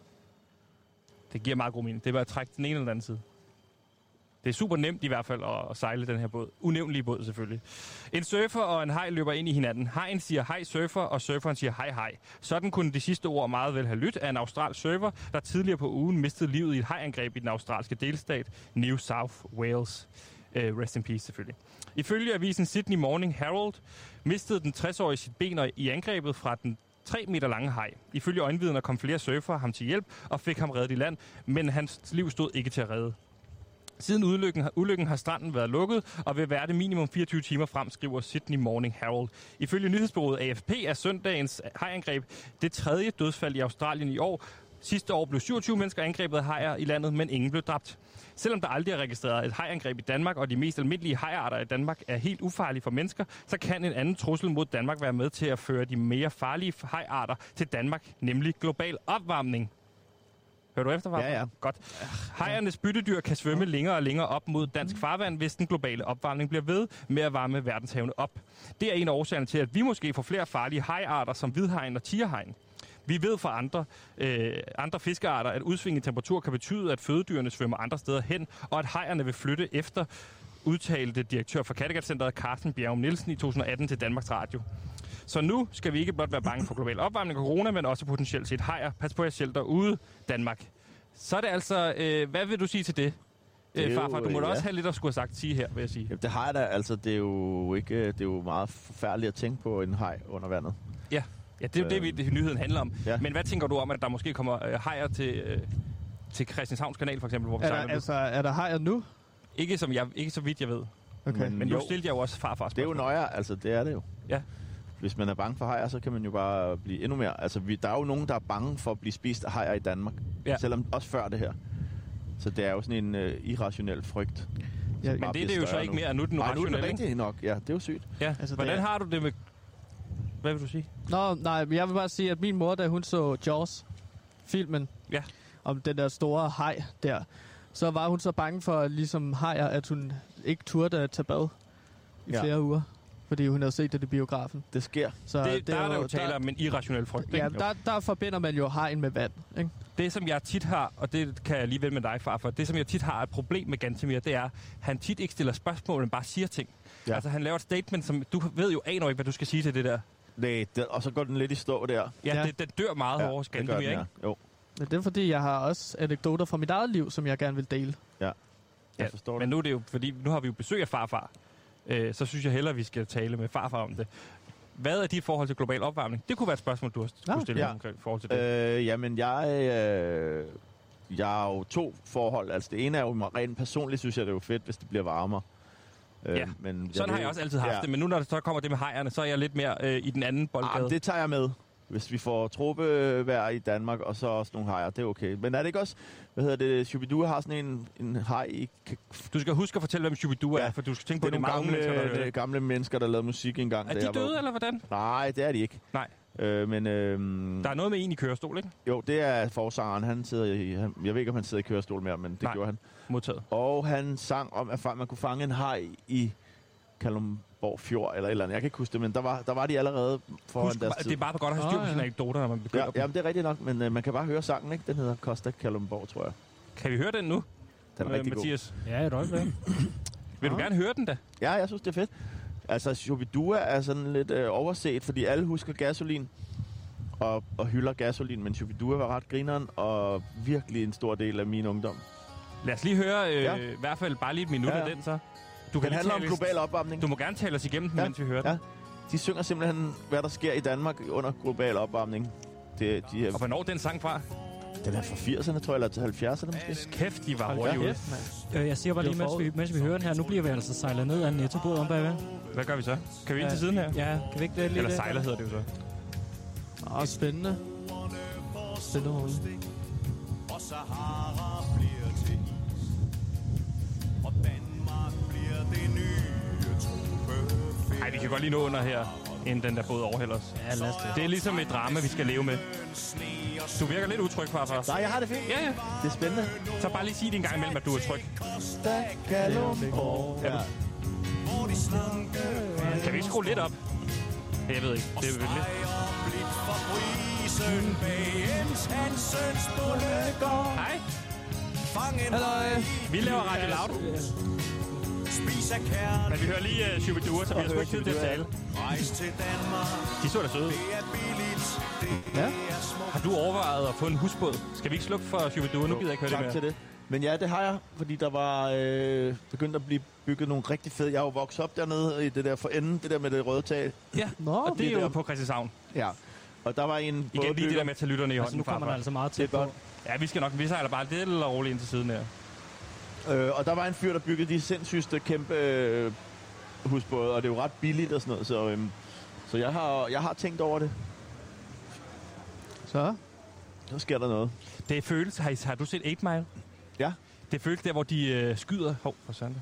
Det giver meget god mening. Det er bare at trække den ene eller den anden side. Det er super nemt i hvert fald at, at sejle den her båd. Unævnlig båd selvfølgelig. En surfer og en haj løber ind i hinanden. Hajen siger hej surfer, og surferen siger hej hej. Sådan kunne de sidste ord meget vel have lyttet af en australsk surfer, der tidligere på ugen mistede livet i et hajangreb i den australske delstat New South Wales. Uh, rest in peace selvfølgelig. Ifølge avisen Sydney Morning Herald mistede den tres-årige sit ben i angrebet fra den tre meter lange haj. Ifølge øjenvidner kom flere surfere ham til hjælp og fik ham reddet i land, men hans liv stod ikke til at redde. Siden ulykken, ulykken har stranden været lukket, og vil være det minimum fireogtyve timer frem, skriver Sydney Morning Herald. Ifølge nyhedsbureauet A F P er søndagens hajangreb det tredje dødsfald i Australien i år. Sidste år blev syvogtyve mennesker angrebet af hajer i landet, men ingen blev dræbt. Selvom der aldrig er registreret et hajangreb i Danmark, og de mest almindelige hajarter i Danmark er helt ufarlige for mennesker, så kan en anden trussel mod Danmark være med til at føre de mere farlige hajarter til Danmark, nemlig global opvarmning. Hører du efter, Ja, ja. Godt. Hajernes byttedyr kan svømme længere og længere op mod dansk farvand, hvis den globale opvarmning bliver ved med at varme verdenshavene op. Det er en af årsagerne til, at vi måske får flere farlige hajarter som hvidhajen og tigerhajen. Vi ved fra andre, øh, andre fiskearter, at udsving i temperatur kan betyde, at fødedyrene svømmer andre steder hen, og at hajerne vil flytte efter, udtalte direktør for Kattegat-centret Carsten Bjerrum Nielsen i to tusind og atten til Danmarks Radio. Så nu skal vi ikke blot være bange for global opvarmning og corona, men også potentielt set hajer. Pas på jer selv derude, Danmark. Så er det altså... Øh, hvad vil du sige til det, det øh, farfar? Du må da ja. også have lidt at skulle have sagt sige her, vil jeg sige. Jamen, det har jeg da. Altså, det er jo ikke... Det er jo meget forfærdeligt at tænke på en haj under vandet. Ja, ja det er jo øh, det, vi, det, nyheden handler om. Ja. Men hvad tænker du om, at der måske kommer øh, hajer til, øh, til Christianshavns kanal, for eksempel, hvor vi er der, altså, er der hajer nu? Ikke, som jeg, ikke så vidt, jeg ved. Okay. Men, men nu stillede jeg jo også farfars. Det er jo nøjere, altså det er det jo. Ja. Hvis man er bange for hajer, så kan man jo bare blive endnu mere... Altså, vi, der er jo nogen, der er bange for at blive spist af hajer i Danmark. Ja. Selvom også før det her. Så det er jo sådan en uh, irrationel frygt. Ja, men det er det jo så ikke mere, nu er den rationel, ikke? Det er nok, ja, det er jo sygt. Ja, altså, hvordan det er... har du det med... Hvad vil du sige? Nå, nej, men jeg vil bare sige, at min mor, da hun så Jaws-filmen, ja. om den der store haj der, så var hun så bange for, ligesom hajer, at hun ikke turde at tage bad i ja. flere uger. fordi hun havde set det i biografen. Det sker. Så det, der er der jo der- tale om en irrationel frygt. Ja, ikke? der, der forbinder man jo hegn med vand, ikke? Det, som jeg tit har, og det kan jeg lige vende med dig, farfar, det, som jeg tit har et problem med Gantemir, det er, at han tit ikke stiller spørgsmål, men bare siger ting. Ja. Ja. Altså, han laver et statement, som du ved jo aner ikke, hvad du skal sige til det der. Nej, det, og så går den lidt i stå der. Ja, Ja. ja. Det, den dør meget ja, hårdere hos det gør Gantemir, den, ikke? ja. Jo, Men det er fordi, jeg har også anekdoter fra mit eget liv, som jeg gerne vil dele. jeg Ja, forstår det. Men nu er det jo, fordi nu har vi jo besøg af farfar, øh, så synes jeg hellere, vi skal tale med farfar om det. Hvad er dit forhold til global opvarmning? Det kunne være et spørgsmål, du har Ja. skulle stille Ja. ja. omkring i forhold til det. Øh, jamen, jeg, øh, jeg har jo to forhold. Altså, det ene er jo rent personligt, synes jeg, det er jo fedt, hvis det bliver varmere. Øh, Ja. men Sådan har ved- jeg også altid haft ja. det, men nu når det så kommer det med hejerne, så er jeg lidt mere øh, i den anden boldgade. Ah, det tager jeg med. Hvis vi får tropevejr i Danmark, og så også nogle hajer, det er okay. Men er det ikke også, hvad hedder det, Shubidua har sådan en, en haj i... Du skal huske at fortælle, hvem Shubidua Ja. er, for du skal tænke på, Det at er det er nogle mange gamle, mennesker, der hører det er det. gamle mennesker, der lavede musik engang. Er da de jeg var- døde, eller hvordan? Nej, det er de ikke. Nej. Øh, men øh, Der er noget med en i kørestol, ikke? jo, det er forsangeren. Han sidder i, han, jeg ved ikke, om han sidder i kørestol mere, men det Nej. gjorde han. Modtaget. Og han sang om, at man kunne fange en haj i Kalundborg Fjord, eller et eller andet. Jeg kan ikke huske det, men der var, der var de allerede foran Husk, deres det tid. er bare godt at have styr på Åh, sine ja. anekdoter, når man begynder Ja, dem. jamen, det er rigtigt nok, men øh, man kan bare høre sangen, ikke? Den hedder Costa Kalundborg, tror jeg. Kan vi høre den nu, Den er øh, rigtig god. Mathias? Ja, et øjeblik. Vil du Ja. gerne høre den da? Ja, jeg synes, det er fedt. Altså, Shubidua er sådan lidt øh, overset, fordi alle husker gasolin og, og hylder gasolin, men Shubidua var ret grineren og virkelig en stor del af min ungdom. Lad os lige høre, øh, Ja. i hvert fald bare lige et minut Ja, af ja. den så. Du Den lige handler om tale- global opvarmning. Du må gerne tale os igennem den, Ja. mens vi hører den. Ja. De synger simpelthen, hvad der sker i Danmark under global opvarmning. Det, de er, Og hvornår er den sang fra? den er fra firserne, tror jeg, eller til halvfjerdserne måske. Kæft, de var Hold hurtigt ude. kæft, mand. Øh, jeg siger bare Det lige, var mens forud. vi, mens vi hører den her, nu bliver vi altså sejlet ned af en nettobåd om bagved. Hvad gør vi så? Kan vi ind til siden her? Ja, kan vi ikke det lige Eller det? sejler hedder det jo så. Åh, spændende. Spændende rolle. Og Sahara bliver til is. Og Danmark bliver det nye tropefelt. Nej, vi kan godt lige nå under her, inden den der båd overhælder os. Ja, lad os det. Det er ligesom et drama, vi skal leve med. Du virker lidt utryg, farfar. Nej, jeg har det fint. Ja, ja. Det er spændende. Så bare lige sig det en gang imellem, at du er tryg. Costa Kalundborg. Ja. Hvor de slanke Kan vi ikke skrue lidt op? Jeg ved ikke. Det er vel lidt... blidt for brisen bag en Hansens bundegård. Hej, Fang en Halløj. vi laver Radio Loud. spis af kærne. Men vi hører lige uh, Shubidua, så vi har sgu ikke tid til at tale. Rejs til Danmark. De så da søde. Det er billigt. Det Ja. er smukt. Har du overvejet at få en husbåd? Skal vi ikke slukke for Shubidua? Nu gider jeg ikke høre Tak det mere. til det. Men ja, det har jeg, fordi der var øh, begyndt at blive bygget nogle rigtig fede... Jeg har jo vokset op dernede i det der for enden, det der med det røde tag. Ja, Nå, og det er det jo der- på Christianshavn. Ja. Og der var en Igen lige det bådbygger- der med at tage lytterne i Altså, hånden, nu kommer man farfar. altså meget Det er tæt på. godt. Ja, vi skal nok. Vi sejler bare lidt eller roligt ind til siden her. Øh, og der var en fyr, der byggede de sindssygste kæmpe øh, husbåde, og det er jo ret billigt og sådan noget, så, øhm, så jeg, har, jeg har tænkt over det. Så. Så sker der noget. Det føles... Har, I, har du set otte Mile? Ja. Det føles der, hvor de øh, skyder... Hov, for søndag.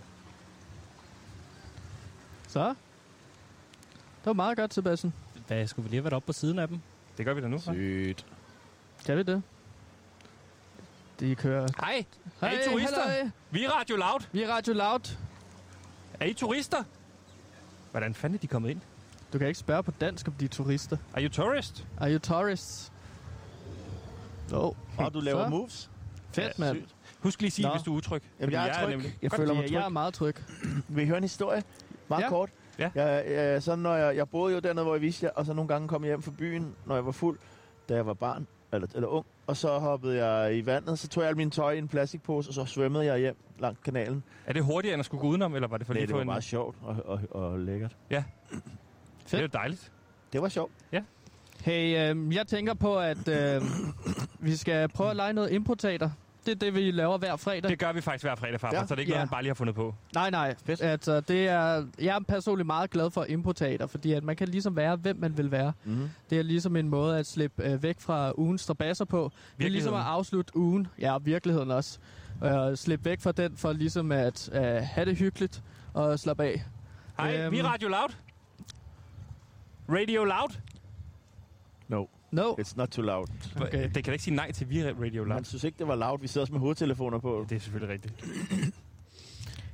Så. Det var meget godt, Sebastian. Hvad, skulle vi lige have været oppe på siden af dem? Det gør vi da nu, så. Sygt. Kan vi det? De kører... Hej, er I Hej, turister? halløj. Vi er Radio Loud. Vi er Radio Loud. Er I turister? Hvordan fanden er de kommet ind? Du kan ikke spørge på dansk, om de er turister. Are you tourist? Are you tourists? Oh. Og du laver Så. moves. Fedt, mand. Sygt. Husk lige at sige, Nå. hvis du er utryg. Jamen, Fordi jeg er tryg. nemlig- Jeg Godt. føler mig Jeg, tryg. jeg er meget tryg. Vil I høre en historie? Meget Ja. kort. Ja. Jeg, jeg, sådan, når jeg, jeg boede jo dernede, hvor jeg viste jer, og så nogle gange kom jeg hjem fra byen, når jeg var fuld, da jeg var barn, eller, eller ung. Og så hoppede jeg i vandet, så tog jeg al min tøj i en plastikpose, og så svømmede jeg hjem langs kanalen. Er det hurtigere, end at skulle gå udenom, eller var det for Nej, lige det få var en... meget sjovt og, og, og lækkert. Det er jo dejligt. Det var sjovt. Hey, øh, jeg tænker på, at øh, vi skal prøve at lege noget impotater. Det er det, vi laver hver fredag. Det gør vi faktisk hver fredag, farfar, Ja. så det er ikke Ja. noget, han bare lige har fundet på. Nej, nej. Fedt. Altså, det er, jeg er personligt meget glad for impotater, fordi at man kan ligesom være, hvem man vil være. Mm-hmm. Det er ligesom en måde at slippe øh, væk fra ugens strabasser på. Det er ligesom at afslutte ugen, ja, og virkeligheden også. Øh, slippe væk fra den for ligesom at øh, have det hyggeligt og slappe af. Hej, Øhm. vi er Radio Loud. Radio Loud. No, No. it's not too loud. Okay. Det kan da ikke sige nej til, vi er Radio Loud. Man synes ikke, det var loud. Vi sidder også med hovedtelefoner på. Det er selvfølgelig rigtigt.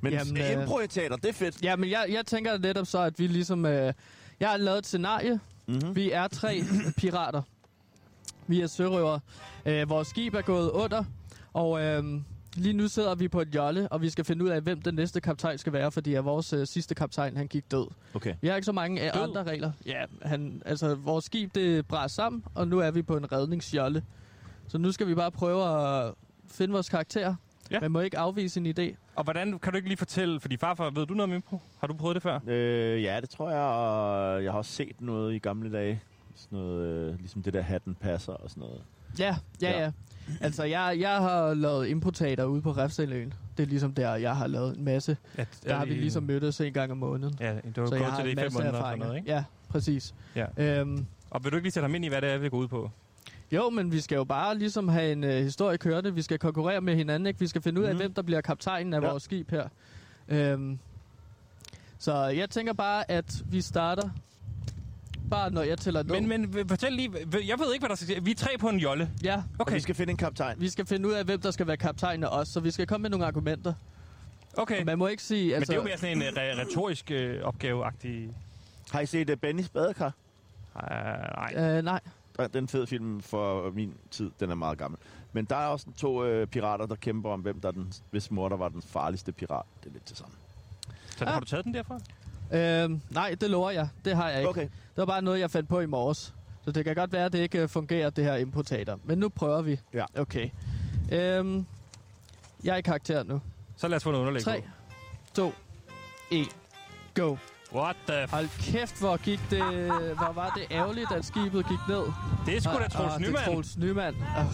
Men Jamen, Jamen, øh, impro-teater, det er fedt. Ja, men jeg, jeg tænker netop så, at vi ligesom... Øh, jeg har lavet et scenarie. Mm-hmm. Vi er tre pirater. Vi er sørøvere. Øh, vores skib er gået under, og øh, lige nu sidder vi på et jolle, og vi skal finde ud af, hvem den næste kaptajn skal være, fordi at vores øh, sidste kaptajn, han gik død. Okay. Vi har ikke så mange øh, andre regler. Ja, han, altså vores skib, det brænder sammen, og nu er vi på en redningsjolle. Så nu skal vi bare prøve at finde vores karakter. Ja. Man må ikke afvise en idé. Og hvordan, kan du ikke lige fortælle, fordi farfar, ved du noget om impro? Har du prøvet det før? Øh, ja, det tror jeg, og jeg har også set noget i gamle dage. Sådan noget, øh, ligesom det der hatten passer og sådan noget. Ja, ja, ja. ja. Altså, jeg, jeg har lavet impotater ude på Refshaløen. Det er ligesom der, jeg har lavet en masse. At, der har vi ligesom mødtes en gang om måneden. Ja, det var så gået til det i fem måneder og sådan noget, ikke? Ja, præcis. Ja. Øhm, og vil du ikke lige sætte ham ind i, hvad det er, vi går ud på? Jo, men vi skal jo bare ligesom have en øh, historie kørende. Vi skal konkurrere med hinanden, ikke? Vi skal finde ud af, mm. hvem der bliver kaptajnen af ja. vores skib her. Øhm, så jeg tænker bare, at vi starter... Bare når jeg tæller ned. Men, men fortæl lige... Jeg ved ikke, hvad der skal ske. Vi er tre på en jolle. Ja. Okay. Og vi skal finde en kaptajn. Vi skal finde ud af, hvem der skal være kaptajn af os. Så vi skal komme med nogle argumenter. Okay. Og man må ikke sige... Altså, men det er jo mere sådan en uh, retorisk uh, opgave-agtig... Har I set uh, Bennys badekar? Uh, nej. Uh, nej. Den fede film for min tid, den er meget gammel. Men der er også to øh, pirater, der kæmper om, hvem der er den, hvis mor der var den farligste pirat. Det er lidt til sammen. Så ah. har du taget den derfra? Øh, nej, det lover jeg. Det har jeg ikke. Okay. Det var bare noget, jeg fandt på i morges. Så det kan godt være, at det ikke fungerer, det her impotater. Men nu prøver vi. Ja. Okay. Øh, jeg er i karakter nu. Så lad os få noget underlæg. tre, to, et, go. What the f... Hold kæft, hvor gik det... Hvor var det ærgerligt, at skibet gik ned. Det er sgu da Troels Nyman. Det er Troels Nyman. Nej,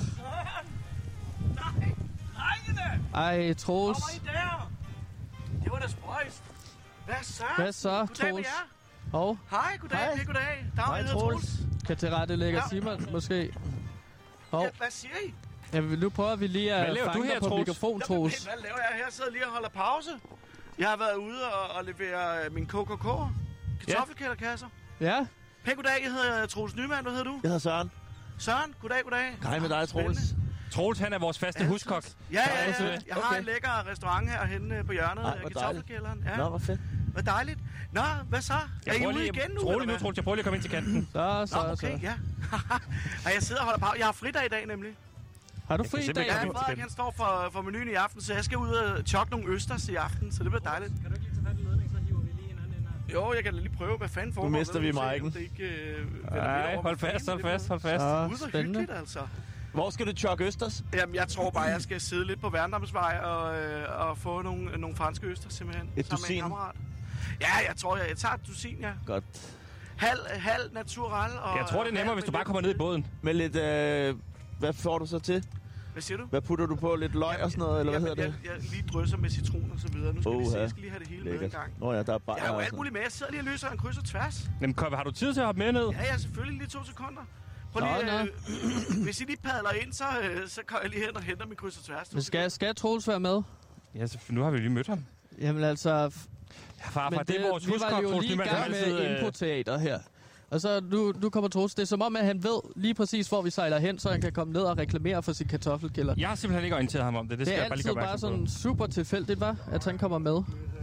drengene! Ej, Troels. Kommer I der? Det var da spøjst. Hvad så? Hvad så, goddag Troels? Og? Hej, goddag, Hej. Hej. goddag. Dag, Hej, Troels. Kan tilrettelægge Ja. Simon, måske? Hov. Ja, hvad siger I? Ja, nu prøver vi lige at fange dig på Troels? mikrofon, Troels. Hvad laver jeg her? Jeg sidder lige og holder pause. Jeg har været ude og, og levere øh, min K K K. Kartoffelkælderkasser. Ja. Pæn goddag, jeg hedder Troels Nyman. Hvad hedder du? Jeg hedder Søren. Søren, goddag, goddag. Hej med dig, Troels. Troels, han er vores faste Ja, huskok. Ja, ja, ja. Okay. Jeg har en lækker restaurant herhenne på hjørnet Ej, af hvor kartoffelkælderen. Ja. Nå, hvor fedt. Hvad dejligt. Nå, hvad så? Er I ude igen nu? Trolig nu, Troels. Jeg prøver lige at komme ind til kanten. Så, så, Nå, okay, så. ja. Og jeg sidder og holder pause. Jeg har fridag i dag, nemlig. Har du fri i dag? Ja, Frederik, han står for, for menuen i aften, så jeg skal ud og chokke nogle østers i aften, så det bliver dejligt. Kan du ikke lige tage fat i ledning, så hiver vi lige hinanden ind her? Jo, jeg kan lige prøve, hvad fanden foregår. Nu mister vi Mike'en. Det ikke, øh, Nej, hold fast, hold fast, hold fast. Ja, Gud, hvor spændende. hyggeligt, altså. Hvor skal du chokke østers? Jamen, jeg tror bare, jeg skal sidde lidt på Værendamsvej og, øh, og få nogle, nogle franske østers, simpelthen. Et sammen med dusin? en kammerat. Ja, jeg tror, jeg, jeg tager et dusin, ja. Godt. Halv, halv natural og... Jeg tror, det er nemmere, hvis du bare kommer ned i båden. Med lidt... Øh, hvad får du så til? Hvad siger du? Hvad putter du på? Lidt løg og sådan noget, eller hvad Jamen, hedder det? Jeg, jeg lige drysser med citron og så videre. Nu skal Oh, vi se, ja. jeg skal lige have det hele med en gang. Nå ja, der er bare... Jeg har jo alt muligt med. Jeg sidder lige og løser en kryds og tværs. Jamen, Koppe, har du tid til at hoppe med ned? Ja, ja, selvfølgelig lige to sekunder. Prøv Nå, lige, nå. øh, hvis I lige padler ind, så, øh, så kommer jeg lige hen og henter min kryds og tværs. Men skal, skal Troels være med? Ja, så nu har vi lige mødt ham. Jamen altså... Ja, farfar, Men det, det er vores vi var huskok, jo Troels lige i Nyman. gang altid, med øh, impoteater her. Og så nu, nu kommer Troels. Det er som om, at han ved lige præcis, hvor vi sejler hen, så han kan komme ned og reklamere for sin kartoffelkælder. Jeg har simpelthen ikke orienteret ham om det. Det, Det skal er jeg bare lige altid gøre bare opmærksom sådan super tilfældigt, hva? At han kommer med.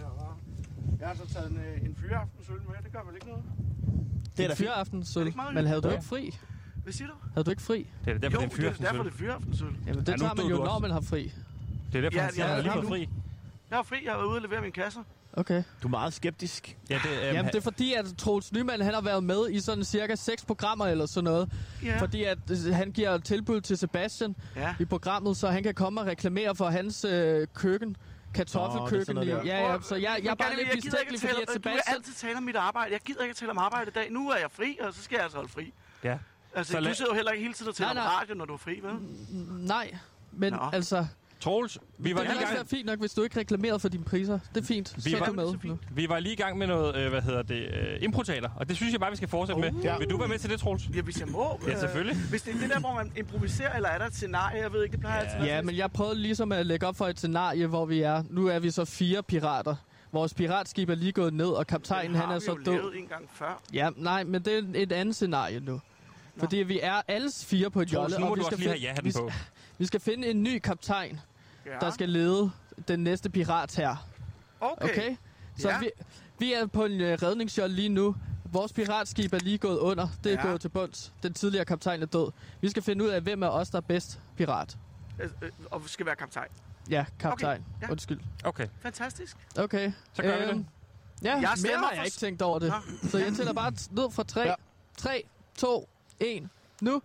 Jeg har så taget en, øh, en fyraftensøl med. Det gør vel ikke noget? Det er da En fint. fyraftensøl. Er det ikke meget Men havde du hyggeligt? ikke fri? Hvad siger du? Havde du ikke fri? Det er derfor, Jo, det er en det er derfor, fyraftensøl. det er fyraftensøl. Jamen det Ja, nu tager man stod jo, du når også. man har fri. Det er derfor, Ja, han siger, ja, at han ja, lige nu. fået fri. Jeg var fri. Jeg har været ude og levere mine kasser. Okay. Du er meget skeptisk. Ja, det, øhm, Jamen det er fordi, at Troels Nyman, han har været med i sådan cirka seks programmer eller sådan noget. Ja. Fordi at øh, han giver tilbud til Sebastian Ja. i programmet, så han kan komme og reklamere for hans øh, køkken. Kartoffelkøkken. Nå, det er sådan i- noget ja, ja, så jeg, jeg er bare lidt mistænkelig, fordi at Du vil Sebastian... altid tale om mit arbejde. Jeg gider ikke at tale om arbejde i dag. Nu er jeg fri, og så skal jeg altså holde fri. ja. Altså, Så du lad- sidder jo heller ikke hele tiden og taler Nej, om nej. radio, når du er fri, vel? Nej, men Nå. altså... Troels, vi var Det lige i kan også gang. være fint nok, hvis du ikke reklamerede for dine priser. Det er fint. Vi Så er var- du med nu. Vi var lige i gang med noget, øh, hvad hedder det, øh, improtaler, og det synes jeg bare, vi skal fortsætte med. Ja. Vil du være med til det, Troels? Ja, hvis jeg må. Ja, selvfølgelig. Øh, hvis det er det der, hvor man improviserer, eller er der et scenarie, jeg ved ikke, det plejer altid at være Ja, sådan men jeg prøvede ligesom at lægge op for et scenarie, hvor vi er. Nu er vi så fire pirater. Vores piratskib er lige gået ned, og kaptajnen Den han har er vi så jo død. lavet en gang før. Ja, nej, men det er et andet scenarie nu. Fordi vi er alle fire på et Troels, jolle, nu må og vi du skal, også lige have finde, ja-hatten vi, på. vi skal finde en ny kaptajn, Ja. der skal lede den næste pirat her. Okay. Okay? Så Ja. vi, vi er på en øh, redningsjold lige nu. Vores piratskib er lige gået under. Det er Ja. gået til bunds. Den tidligere kaptajn er død. Vi skal finde ud af, hvem af os, der er bedst pirat. Øh, øh, Og skal være kaptajn. Ja, kaptajn. Okay, ja. Undskyld. Okay. Fantastisk. Okay. Så gør vi det. Ja, Jeg mere stemmer har for jeg ikke s- tænkt over det. Nå. Så jeg tæller bare t- ned fra tre. Ja. tre, to, et. Nu.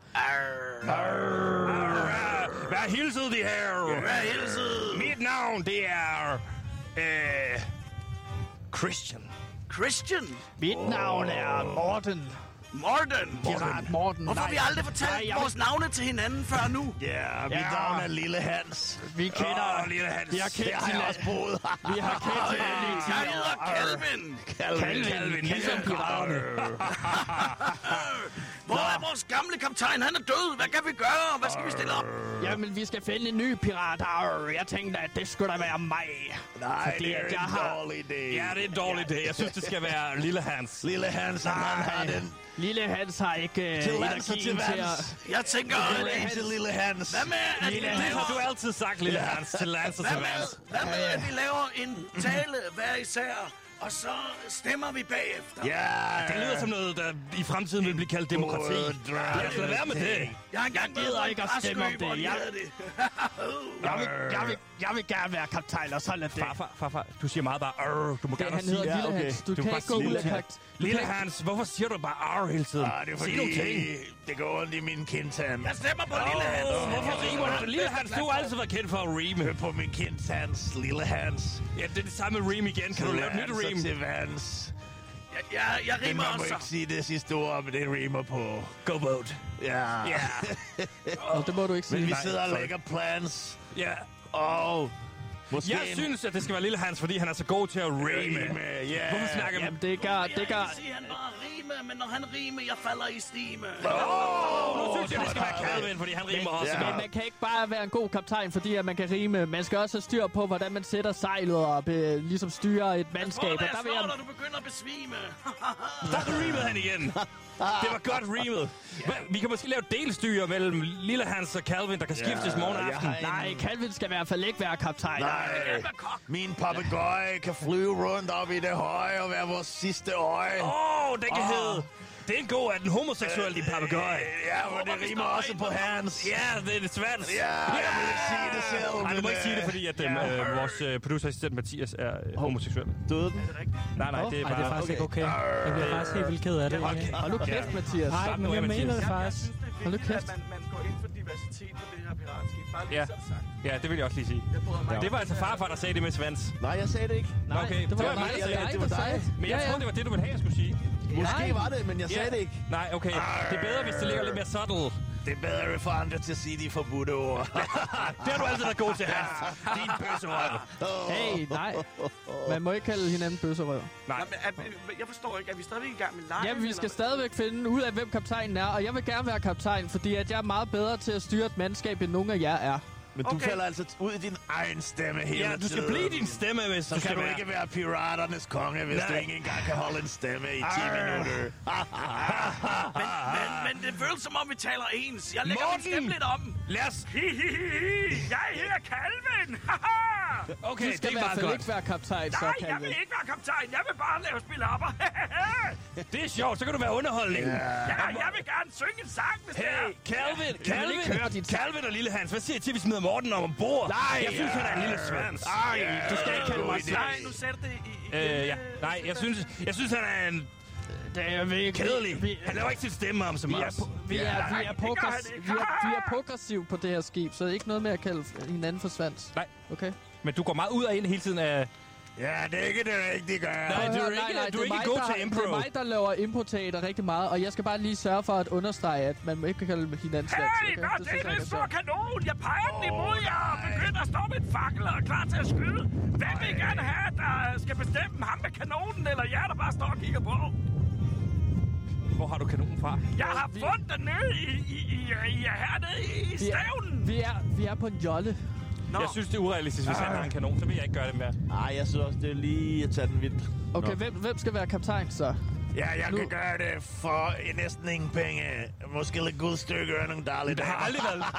Vær hilset, de her. Vær hilset. Mit navn, det er... Øh, Christian. Christian. Mit navn er Morten. Morten. Pirat Morten. Hvorfor har vi aldrig fortalt Nej, jeg vores navne til hinanden før nu? Ja, mit Ja. navn er Lille Hans. Vi kender... Åh, Lille Hans. Vi har kendt Der har jeg hinanden. også boet. Vi har kendt hinanden i ti Jeg hedder år. Calvin. Calvin. Calvin, ligesom piraterne. Hvor er vores gamle kaptajn? Han er død. Hvad kan vi gøre? Hvad skal vi stille op? Jamen, vi skal finde en ny pirat. Arr, jeg tænkte, at det skulle da være mig. Nej, Fordi det er at en jeg har- dårlig idé. Ja, det er en dårlig idé. Jeg synes, det skal være Lille Hans. Lille Hans, han har den Lille Hans har ikke øh, til lands og energien til til at... vands. Jeg tænker, Lille at Hans til Lille Hans. hvad med, at vi Lille Hans, har du laver, altid sagt Lille Hans til lands og hvad til med, vands. hvad med, at vi laver en tale hver især, og så stemmer vi bagefter? Ja, Det lyder som noget, der i fremtiden vil blive kaldt demokrati. Lad os lade være med det. Jeg har engang Jeg gider ikke at stemme om det. Jeg... Jeg- Jeg vil, jeg, vil, jeg vil gerne være kaptajn, og så lad det. Farfar, farfar, du siger meget bare arr. Du må Det, gerne han sige hedder ja, Lille okay. Hans. Du, Du kan kan ikke bare gå sige ud af Lille kakt. Lille Hans, hvorfor siger du bare arr hele tiden? Ah, det er Sig nogle ting. fordi, det går ondt i min kindtand. Jeg stemmer på Lille Hans. Åh, hvorfor rimer du? Lille Hans, du har altid været kendt for at rime. På min kindtands, Lille Hans. Ja, det er det samme rim igen. Kan du lave et nyt Til lands og rim? til vands. Jeg, jeg, jeg Men rimer man må også. ikke sige det sidste ord, men det rimer på. Go boat. Ja. Ja. Nå, det må du ikke sige. Men vi Nej, sidder og sorry. lægger plans. Ja. Og måske Jeg synes, at det skal være Lille Hans, fordi han er så god til at rime. Ja. Hvorfor snakker vi? Jamen, det gør... Jeg Det gør... kan sige, han bare rime, men når han rimer, jeg falder i stime. Nu synes jeg, det skal være Calvin, fordi han rimer også. Ja. Men man kan ikke bare være en god kaptajn, fordi at man kan rime. Man skal også have styr på, hvordan man sætter sejlet og be, ligesom styrer et mandskab. Hvor Og er jeg der vil slår jeg... dig, du begynder at besvime. Der rimede han igen. Det var godt rimet. Hva- Vi kan måske lave delstyre mellem Lille Hans og Calvin, der kan skiftes morgen og jeg aften. har en- Nej, Calvin skal i hvert fald ikke være kaptajn. Nej, min papegøje kan flyve rundt op i det høje og være vores sidste øje. Åh, oh, det kan hedde. Det er en god, at den homoseksuelle, din papegøje. Ja, men det rimer også på hans. Ja, det er det svært. Ja, jeg vil ikke sige det selv. Nej, du må men, ikke sige det, øh, fordi at, øh, vores øh, producer-assistent Mathias er øh, homoseksuel. Døde den? Nej, nej, det er Ej, det er bare... faktisk ikke okay. Jeg bliver faktisk helt vildt ked af det. Okay. Hold nu kæft, Mathias. Nej, men jeg mener det faktisk. Hold nu kæft. Man, man går ind for diversitet på det her piratskib. Bare lige Ja. så sagt. Ja, det vil jeg også lige sige. Jeg bryder mig Det var altså farfar, der sagde det med svans. Nej, jeg sagde det ikke. Nej, Okay, det var det var mig, mig, der der sagde sagde det. det. Det var dig. Men jeg Ja, ja. troede, det var det, du ville have, jeg skulle sige. Måske var det, men jeg sagde Ja. det ikke. Nej, okay. Det er bedre, hvis det ligger lidt mere subtle. Det er bedre for andre til at sige de forbudte ord. Det har du altid været god til, Hans. Din bøsserøv. Hey, nej. Man må ikke kalde hinanden bøsserøv. Nej. Jamen, er, jeg forstår ikke, at vi stadigvæk i gang med lejen? Jamen, vi skal eller stadigvæk finde ud af, hvem kaptajnen er. Og jeg vil gerne være kaptajn, fordi at jeg er meget bedre til at styre et mandskab, end nogen af jer er. Men du Okay. falder altså ud i din egen stemme hele Ja, du skal tiden. blive din stemme, hvis Så du kan skal du være. ikke være piraternes konge, hvis Nej. du ikke engang kan holde en stemme i ti Arr. minutter. Men, men, men det føles som om, vi taler ens. Jeg lægger min Morten! stemme lidt om. Lad os... Jeg hedder Calvin. Okay, Du det skal er i hvert meget fald godt. ikke være kaptajn, så Nej, jeg Calvin. vil ikke være kaptajn. Jeg vil bare lave spilapper. Det er sjovt, så kan du være underholdning. Ja, jeg vil gerne synge en sang, hvis det er. Hey, Calvin, Jeg vil ikke høre Calvin, dit- Calvin og Lille Hans. Hvad siger I til, at vi smider Morten om ombord? Nej, Jeg synes, han er en lille svans. Ej, du skal ikke kalde mig idé. Nej, nu sætter det i... i Øh, ja. Nej, jeg synes, jeg synes, han er en Det er virkelig... kedelig. Vi, Han laver ikke sit stemme om som vi, er, os. på- vi, er, vi, er det gør progress, han ikke. vi, er, vi er progressiv på det her skib, så ikke noget med at kalde hinanden for svans. Nej. Okay? Men du går meget ud og ind hele tiden af... Ja, det er ikke det rigtige, gør. Nej, Prøv at du er høre, ikke- du er det ikke mig, god der- til impro. Det er mig, der laver improteater rigtig meget, og jeg skal bare lige sørge for at understrege, at man må ikke kalde hinanden svans. Hey, hvad er det? Det er en stor kanon. Jeg peger den imod jer og begynder at stå med en fakkel og er klar til at skyde. Hvem vil I gerne have, der skal bestemme ham med kanonen, eller jer, der bare står og kigger på? Hvor har du kanonen fra? Jeg har vi- fundet den nede i, i, i, i, i hernede i Vi er, stævnen. vi, er, vi er på en jolle. Nå, Jeg synes, det er urealistisk, hvis han har en kanon. Så vil jeg ikke gøre det mere. Nej, jeg synes også, det er lige at tage den vildt. Okay, Nå. hvem, hvem skal være kaptajn så? Ja, jeg Nu- kan gøre det for næsten ingen penge. Måske lidt guldstykker og nogle dejlige Det har damer. aldrig været...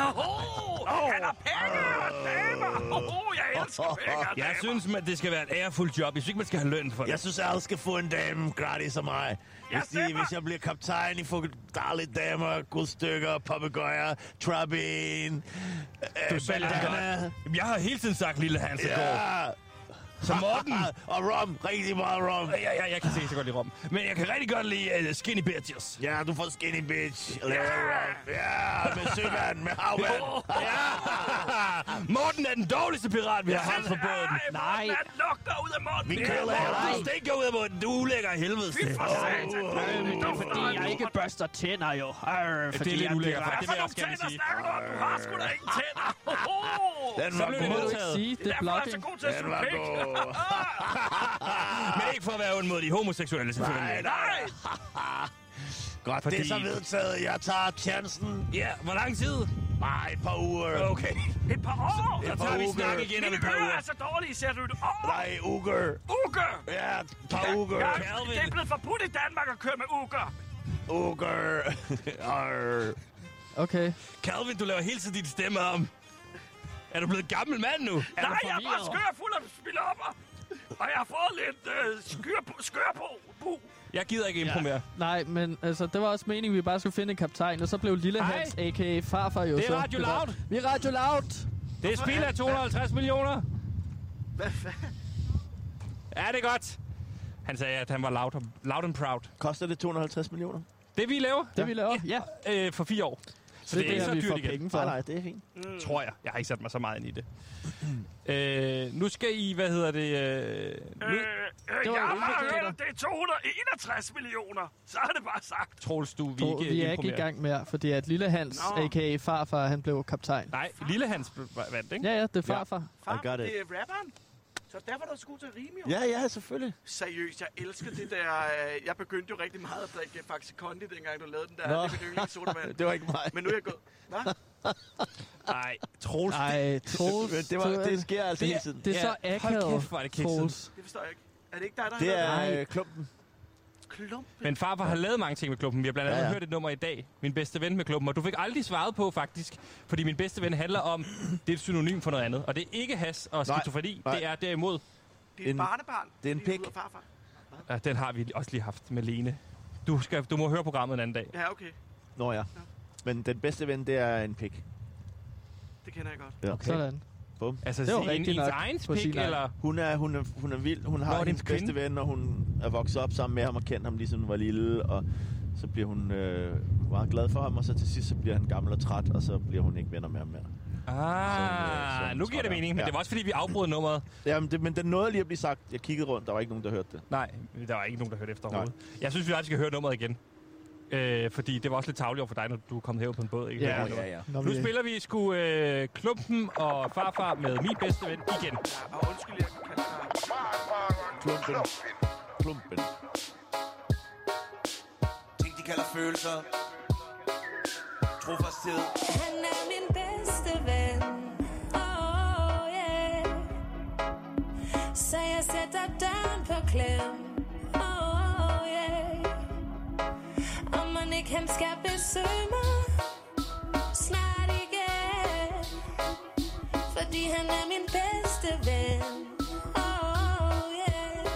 Åh, han har penge og damer. Åh, jeg elsker penge og Jeg damer. synes, at det skal være et ærefuldt job. Jeg synes ikke, man skal have løn for det. Jeg synes, alle skal få en dame gratis af mig. Jeg Hvis, de, stemmer. hvis jeg bliver kaptajn, I får dejlige damer, guldstykker, papegøjer, trabin, Du øh, sælger det bandana. godt. Jeg har hele tiden sagt Lille Hans i går. Ja. Så Morten... Og rom, rigtig meget rom. Ja, ja, jeg kan sikkert så godt lide rom. Men jeg kan rigtig godt lide uh, skinny bitches. Ja, du får skinny bitch. Laver rom. Ja, med søvand, med havvand. Ja! Morten er den dårligste pirat, vi har haft på båden. Nej, nej. Han lugter ud af munden. Vi køler Morten, du stinker ud af munden. Du er ulækker i helvede. Fy for satan. Øh, men det er fordi, jeg ikke børster tænder, jo. Arr, fordi det er lidt jeg ulækkert, pirat. det vil jeg Hvad også for nogle gerne tænder sige. snakker du om? Du har sgu da ingen tænder. Den Så var blev det må du god. ikke vedtaget. sige, det er Derfor er jeg så blogging. god til at Den suge var pik. god. Men ikke for at være ond mod de homoseksuelle, selvfølgelig. Nej, Nej. Godt, Fordi- det er så vedtaget. Jeg tager chancen. Ja, hvor lang tid? Nej, et par uger. Okay. Et par år. Så Et par tager vi uger. snak igen om Mine et par ører uger. er så dårlige, ser du det. Åh, Nej, uger. uger. Ja, et par uger. Ja, Calvin. det er blevet forbudt i Danmark at køre med uger. Uger. Arr. Okay. Calvin, du laver hele tiden din stemme om. Er du blevet gammel mand nu? Nej, jeg er bare skør fuld af spilopper. Og jeg har fået lidt øh, skør, på, skør på. Bu. Jeg gider ikke impro mere. Nej, men altså, det var også meningen, at vi bare skulle finde en kaptajn, og så blev Lille Hej. Hans, a k a. Farfar, jo Det er så. Radio Loud. Vi er Radio Loud. Det er spild af to hundrede og halvtreds millioner. Hvad fanden? Ja, det er godt. Han sagde, at han var loud, loud and proud. Koster det to hundrede og halvtreds millioner? Det vi laver Det vi laver, ja. øh, for fire år. Så Det det, er er det, ikke så vi dyrt får igen. penge for. Nej, nej, det er fint. Mm. Tror jeg. Jeg har ikke sat mig så meget ind i det. øh, nu skal I, hvad hedder det... Øh, nu, Øh, øh, var jeg jo har bare indikator. hørt, at det er to hundrede og enogtres millioner. Så er det bare sagt. Troels, du, vi, To, ikke vi er impro ikke i mere. gang mere, fordi at Lille Hans, Nå. a k a. Farfar, han blev kaptajn. Nej, Lille Hans vandt, ikke? Ja, ja, det er farfar. Far, I got it. det er rapperen. Så derfor er du sgu til at rime, jo. Ja, ja, selvfølgelig. Seriøst, jeg elsker det der... øh, Jeg begyndte jo rigtig meget at drikke Faxe Kondi, dengang du lavede den der. Nå. Det er min yndlingssodavand. Det var ikke mig. Men nu er jeg gået... Hvad? Nej, Troels. Ej, Troels. Men det, var, det sker altså Det hele er- tiden. Det er så Ja, hold akavet, kæft, hvor er det kikset. Troels. Det forstår jeg ikke. Er det ikke dig, der Det har lavet er øh, klumpen. klumpen? Men farfar har lavet mange ting med klubben. Vi har blandt andet Ja, ja. hørt et nummer i dag. Min bedste ven med klubben. Og du fik aldrig svaret på, faktisk. Fordi min bedste ven handler om... Det er et synonym for noget andet. Og det er ikke has og Nej, skizofreni. nej. Det er derimod... Det er et En- barnebarn. det er en lige pik. ud af farfar. Ja, den har vi også lige haft med Lene. Du, skal, du må høre programmet en anden dag. Ja, okay. Nå ja. Men den bedste ven, det er en pik. Det kender jeg godt. Ja. Okay. Sådan. Altså, Det var en, rigtigt ens nok egen på pik, sin egen. eller... Hun er, hun er, hun er vild. Hun Nå, har det er hendes en kvinde. bedste ven, og hun er vokset op sammen med ham og kendt ham, lige siden hun var lille. Og så bliver hun øh, meget glad for ham, og så til sidst så bliver han gammel og træt, og så bliver hun ikke venner med ham mere. Ah, Som, øh, nu som giver det træt mening. Men er. det var også, fordi vi afbrød nummeret. Jamen, det, men den nåede lige at blive sagt. Jeg kiggede rundt, der var ikke nogen, der hørte det. Nej, der var ikke nogen, der hørte efter overhovedet. Jeg synes, vi aldrig skal høre nummeret igen. Øh, fordi det var også lidt tarveligt over for dig, når du er kommet herud på en båd. Ikke? Ja, Høre nummeret. ja. Når Nu vi- spiller vi sgu øh, Klumpen og Farfar med min bedste ven igen. Ja, og undskyld, jeg kan kalde dig. Klumpen. Klumpen. Ting de kalder følelser. Trofasthed. Han er min bedste ven. Oh, yeah. Så jeg sætter døren på klem. Oh, yeah. Om man ikke han skal besøge mig snart igen. Fordi han er min bedste ven. Oh, yeah.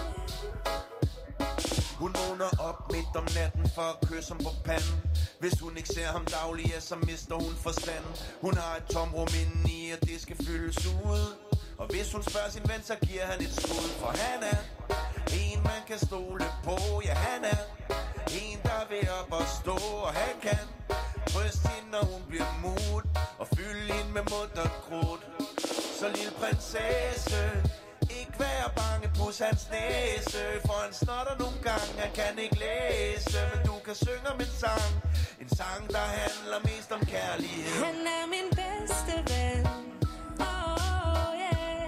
Hun vågner op midt om natten for at kysse ham på panden. Hvis hun ikke ser ham daglig, ja, så mister hun forstand. Hun har et tomrum inden i, og det skal fyldes ud. Og hvis hun spørger sin ven, så giver han et skud. For han er en, man kan stole på. Ja, han er en, der vil op og stå. Og han kan trøste hende, når hun bliver mood. Og fylde hende med munter krudt. Så lille prinsesse, ikke være bange, pus hans næse. For han snotter nogle gange, han kan ikke læse. Men du kan synge om en sang. En sang, der handler mest om kærlighed. Han er min bedste ven. Oh, yeah.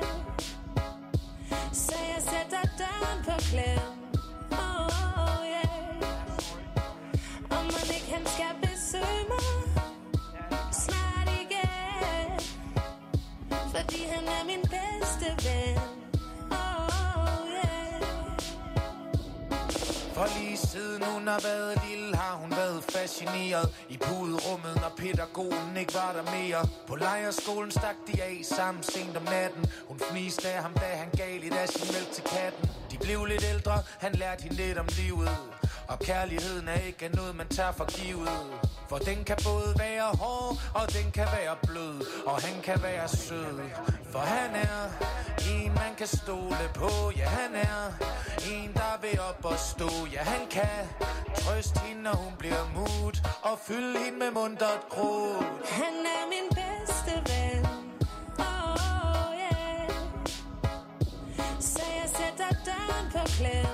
Så jeg sætter døren på klem. Oh, yeah. Om man ikke han skal besøge mig snart igen. Fordi han er min bedste ven. Oh, yeah. For lige siden hun har været lille, har hun været fascineret i puderummet, når pædagogen ikke var der mere. På lejerskolen stak de af sammen sent om natten. Hun fniste af ham, da han gav lidt af sin mælk til katten. De blev lidt ældre, han lærte hende lidt om livet. Og kærligheden er ikke noget, man tager for givet. For den kan både være hård, og den kan være blød. Og han kan være sød. For han er en, man kan stole på. Ja, han er en, der vil op og stå. Ja, han kan trøste hende, når hun bliver mut. Og fylde hende med muntert krudt. Han er min bedste ven. Oh, yeah. Så jeg sætter døren på klem.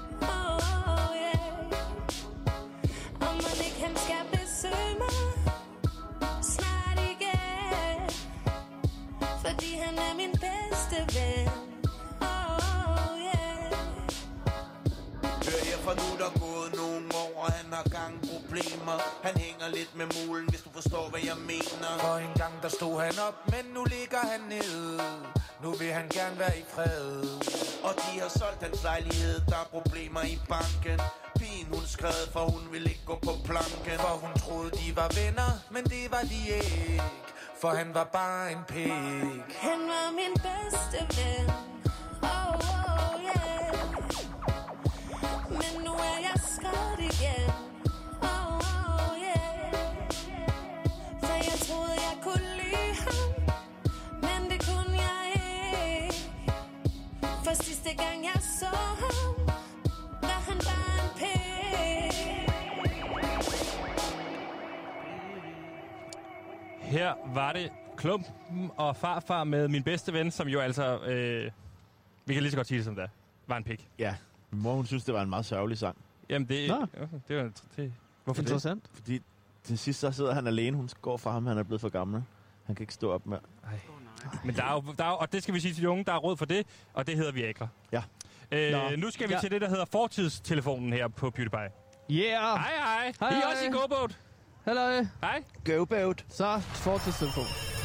Fordi han er min bedste ven. Oh, yeah. Hør her, for nu der gået nogle år, og han har gang problemer. Han hænger lidt med mulen, hvis du forstår, hvad jeg mener. For en gang der stod han op, men nu ligger han nede. Nu vil han gerne være i fred. Og de har solgt hans lejlighed, der er problemer i banken. Pigen hun skrev, for hun ville ikke gå på planken. For hun troede de var venner, men det var de ikke. For han var bare en pik. Han var min bedste ven. Oh, oh, yeah. Men nu er jeg skrevet igen. Oh, oh, yeah. For jeg troede, jeg kunne lide ham. Men det kunne jeg ikke. For sidste gang jeg så ham, var han bare en pik. Her var det Klumpen og Farfar med min bedste ven, som jo altså, øh, vi kan lige så godt sige det som det er, var en pik. Ja, min mor hun synes, det var en meget sørgelig sang. Jamen det, Nå. ja, det var det. Hvorfor Interessant. Det? Fordi til sidst så sidder han alene, hun går fra ham, han er blevet for gammel. Han kan ikke stå op mere. Ej. Men der er, jo, der er jo, og det skal vi sige til de unge, der er råd for det, og det hedder Viagra. Ja. Øh, nu skal vi Ja. til det, der hedder fortidstelefonen her på PewDiePie. Yeah! Hej hej! Hej, I er hej. også i GoBoat. Halløj. Hej. Go boat. Så, fortidstelefon.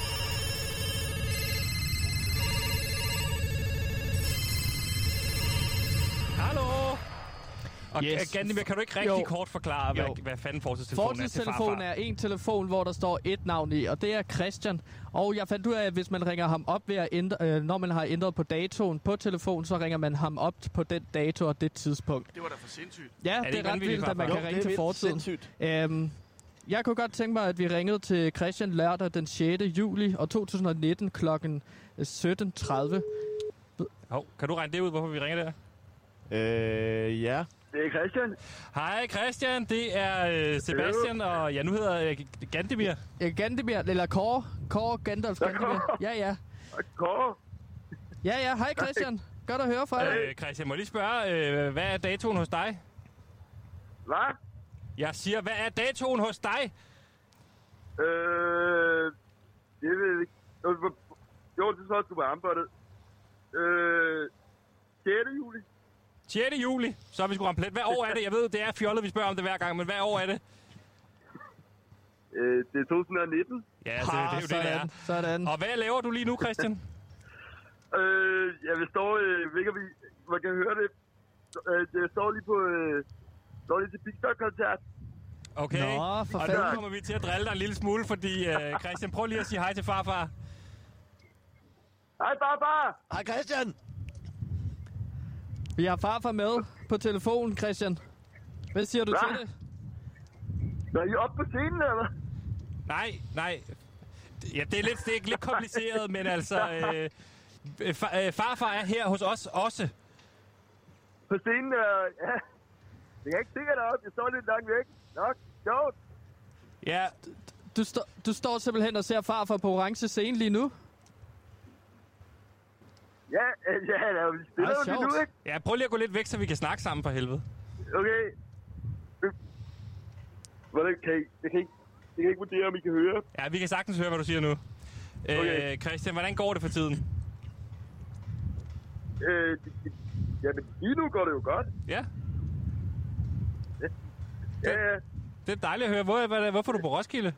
Hallo. Og Yes. yes. Gantemir, kan du ikke rigtig Jo. kort forklare, hvad, Jo. hvad fanden fortidstelefonen er til Fortidstelefonen farfar? er en telefon, hvor der står et navn i, og det er Christian. Og jeg fandt ud af, at hvis man ringer ham op, ved at ændre, øh, når man har ændret på datoen på telefonen, så ringer man ham op på den dato og det tidspunkt. Det var da for sindssygt. Ja, det det er, ikke ret vanvittigt, vildt, at man farfar? kan Jo, ringe det er til vildt fortiden. sindssygt. Øhm, jeg kunne godt tænke mig, at vi ringede til Christian lørdag den sjette juli og to tusind nitten klokken sytten tredive. Hov, kan du regne det ud, hvorfor vi ringer der? Øh, ja. Det er Christian. Hej Christian, det er øh, Sebastian, og ja, nu hedder jeg øh, Gantemir. Øh, Gantemir, eller Kåre. Kåre Gandalf Gantemir. Ja, ja. Kåre. Ja, ja. Hej Christian. Godt at høre fra dig. Øh, Christian, må jeg lige spørge, øh, hvad er datoen hos dig? Hvad? Jeg siger, hvad er datoen hos dig? Øh... Det ved jeg ikke. Jo, det er så også, du var arbejdet. Øh... sjette juli. sjette juli, så er vi sgu ramt plet. Hvad år er det? Jeg ved, det er fjollet, vi spørger om det hver gang, men hvad år er det? Øh, det er to tusind nitten. Ja, det, det er jo det, det er. Sådan. Og hvad laver du lige nu, Christian? Øh, jeg vil stå, øh, hvilket vi, man kan høre det. Øh, jeg står lige på, øh, står lige til Big Star-koncert. Okay, Nå, for og fanden. nu kommer vi til at drille dig en lille smule, fordi øh, Christian, prøv lige at sige hej til farfar. Hej, farfar! Hej Christian! Vi har farfar med på telefonen, Christian. Hvad siger du Hva? til det? Er I oppe på scenen, eller? Nej, nej. Ja, det er lidt, det er lidt kompliceret, men altså... Øh, øh, far, øh, farfar er her hos os også. På scenen, øh, ja. Det er ikke sikkert op. Jeg står lidt langt væk. Nok, sjovt. Ja, Du, sto- du står simpelthen og ser farfar på orange scene lige nu. Ja, øh, ja, ja, vi spiller Ah, jo lige sjovt. nu, ikke? ja, prøv lige at gå lidt væk, så vi kan snakke sammen for helvede. Okay. Øh, Hvordan kan I, jeg kan ikke, jeg kan ikke vurdere, om I kan høre. Ja, vi kan sagtens høre, hvad du siger nu. Okay. Øh, Christian, hvordan går det for tiden? Øh, det, det, jamen, lige nu går det jo godt. Ja, Ja, ja. det er dejligt at høre. Hvor, hvor, hvorfor er du på Roskilde?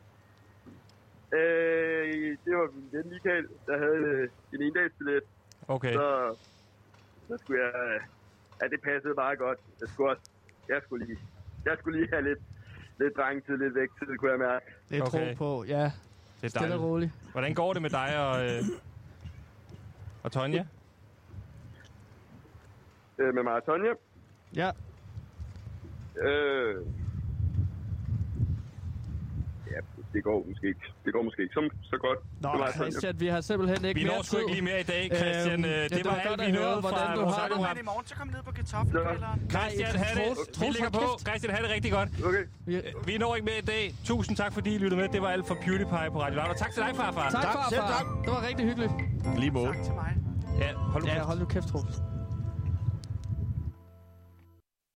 Øh, det var min ven Michael, der havde øh, en endagsbillet. Okay. Så, så skulle jeg... Øh, ja, det passede meget godt. Jeg skulle også jeg skulle lige, jeg skulle lige have lidt, lidt drengetid, lidt vægttid, kunne jeg mærke. Det er okay. Tro på, ja. Det er stille og roligt. Hvordan går det med dig og, øh, og Tonja? Øh, med mig og Tonja? Ja. Øh... Ja, det går måske ikke. Det går måske ikke så, så godt. Nå, Christian, vi har simpelthen ikke vi mere tid. Vi når sgu ikke lige mere i dag, Christian. Øhm, det, ja, det var alt, vi nåede fra vores radioprogram. Men i morgen, så kom ned på kartoffelkælderen. Christian, have det. Vi ligger på. Christian, have det rigtig godt. Okay. Vi når ikke mere i dag. Tusind tak, fordi I lyttede med. Det var alt for PewDiePie på Radio Loud. Og tak til dig, farfar. Tak, farfar. Det var rigtig hyggeligt. Lige måde. Tak til mig. Ja, hold nu ja, hold nu kæft, Troels.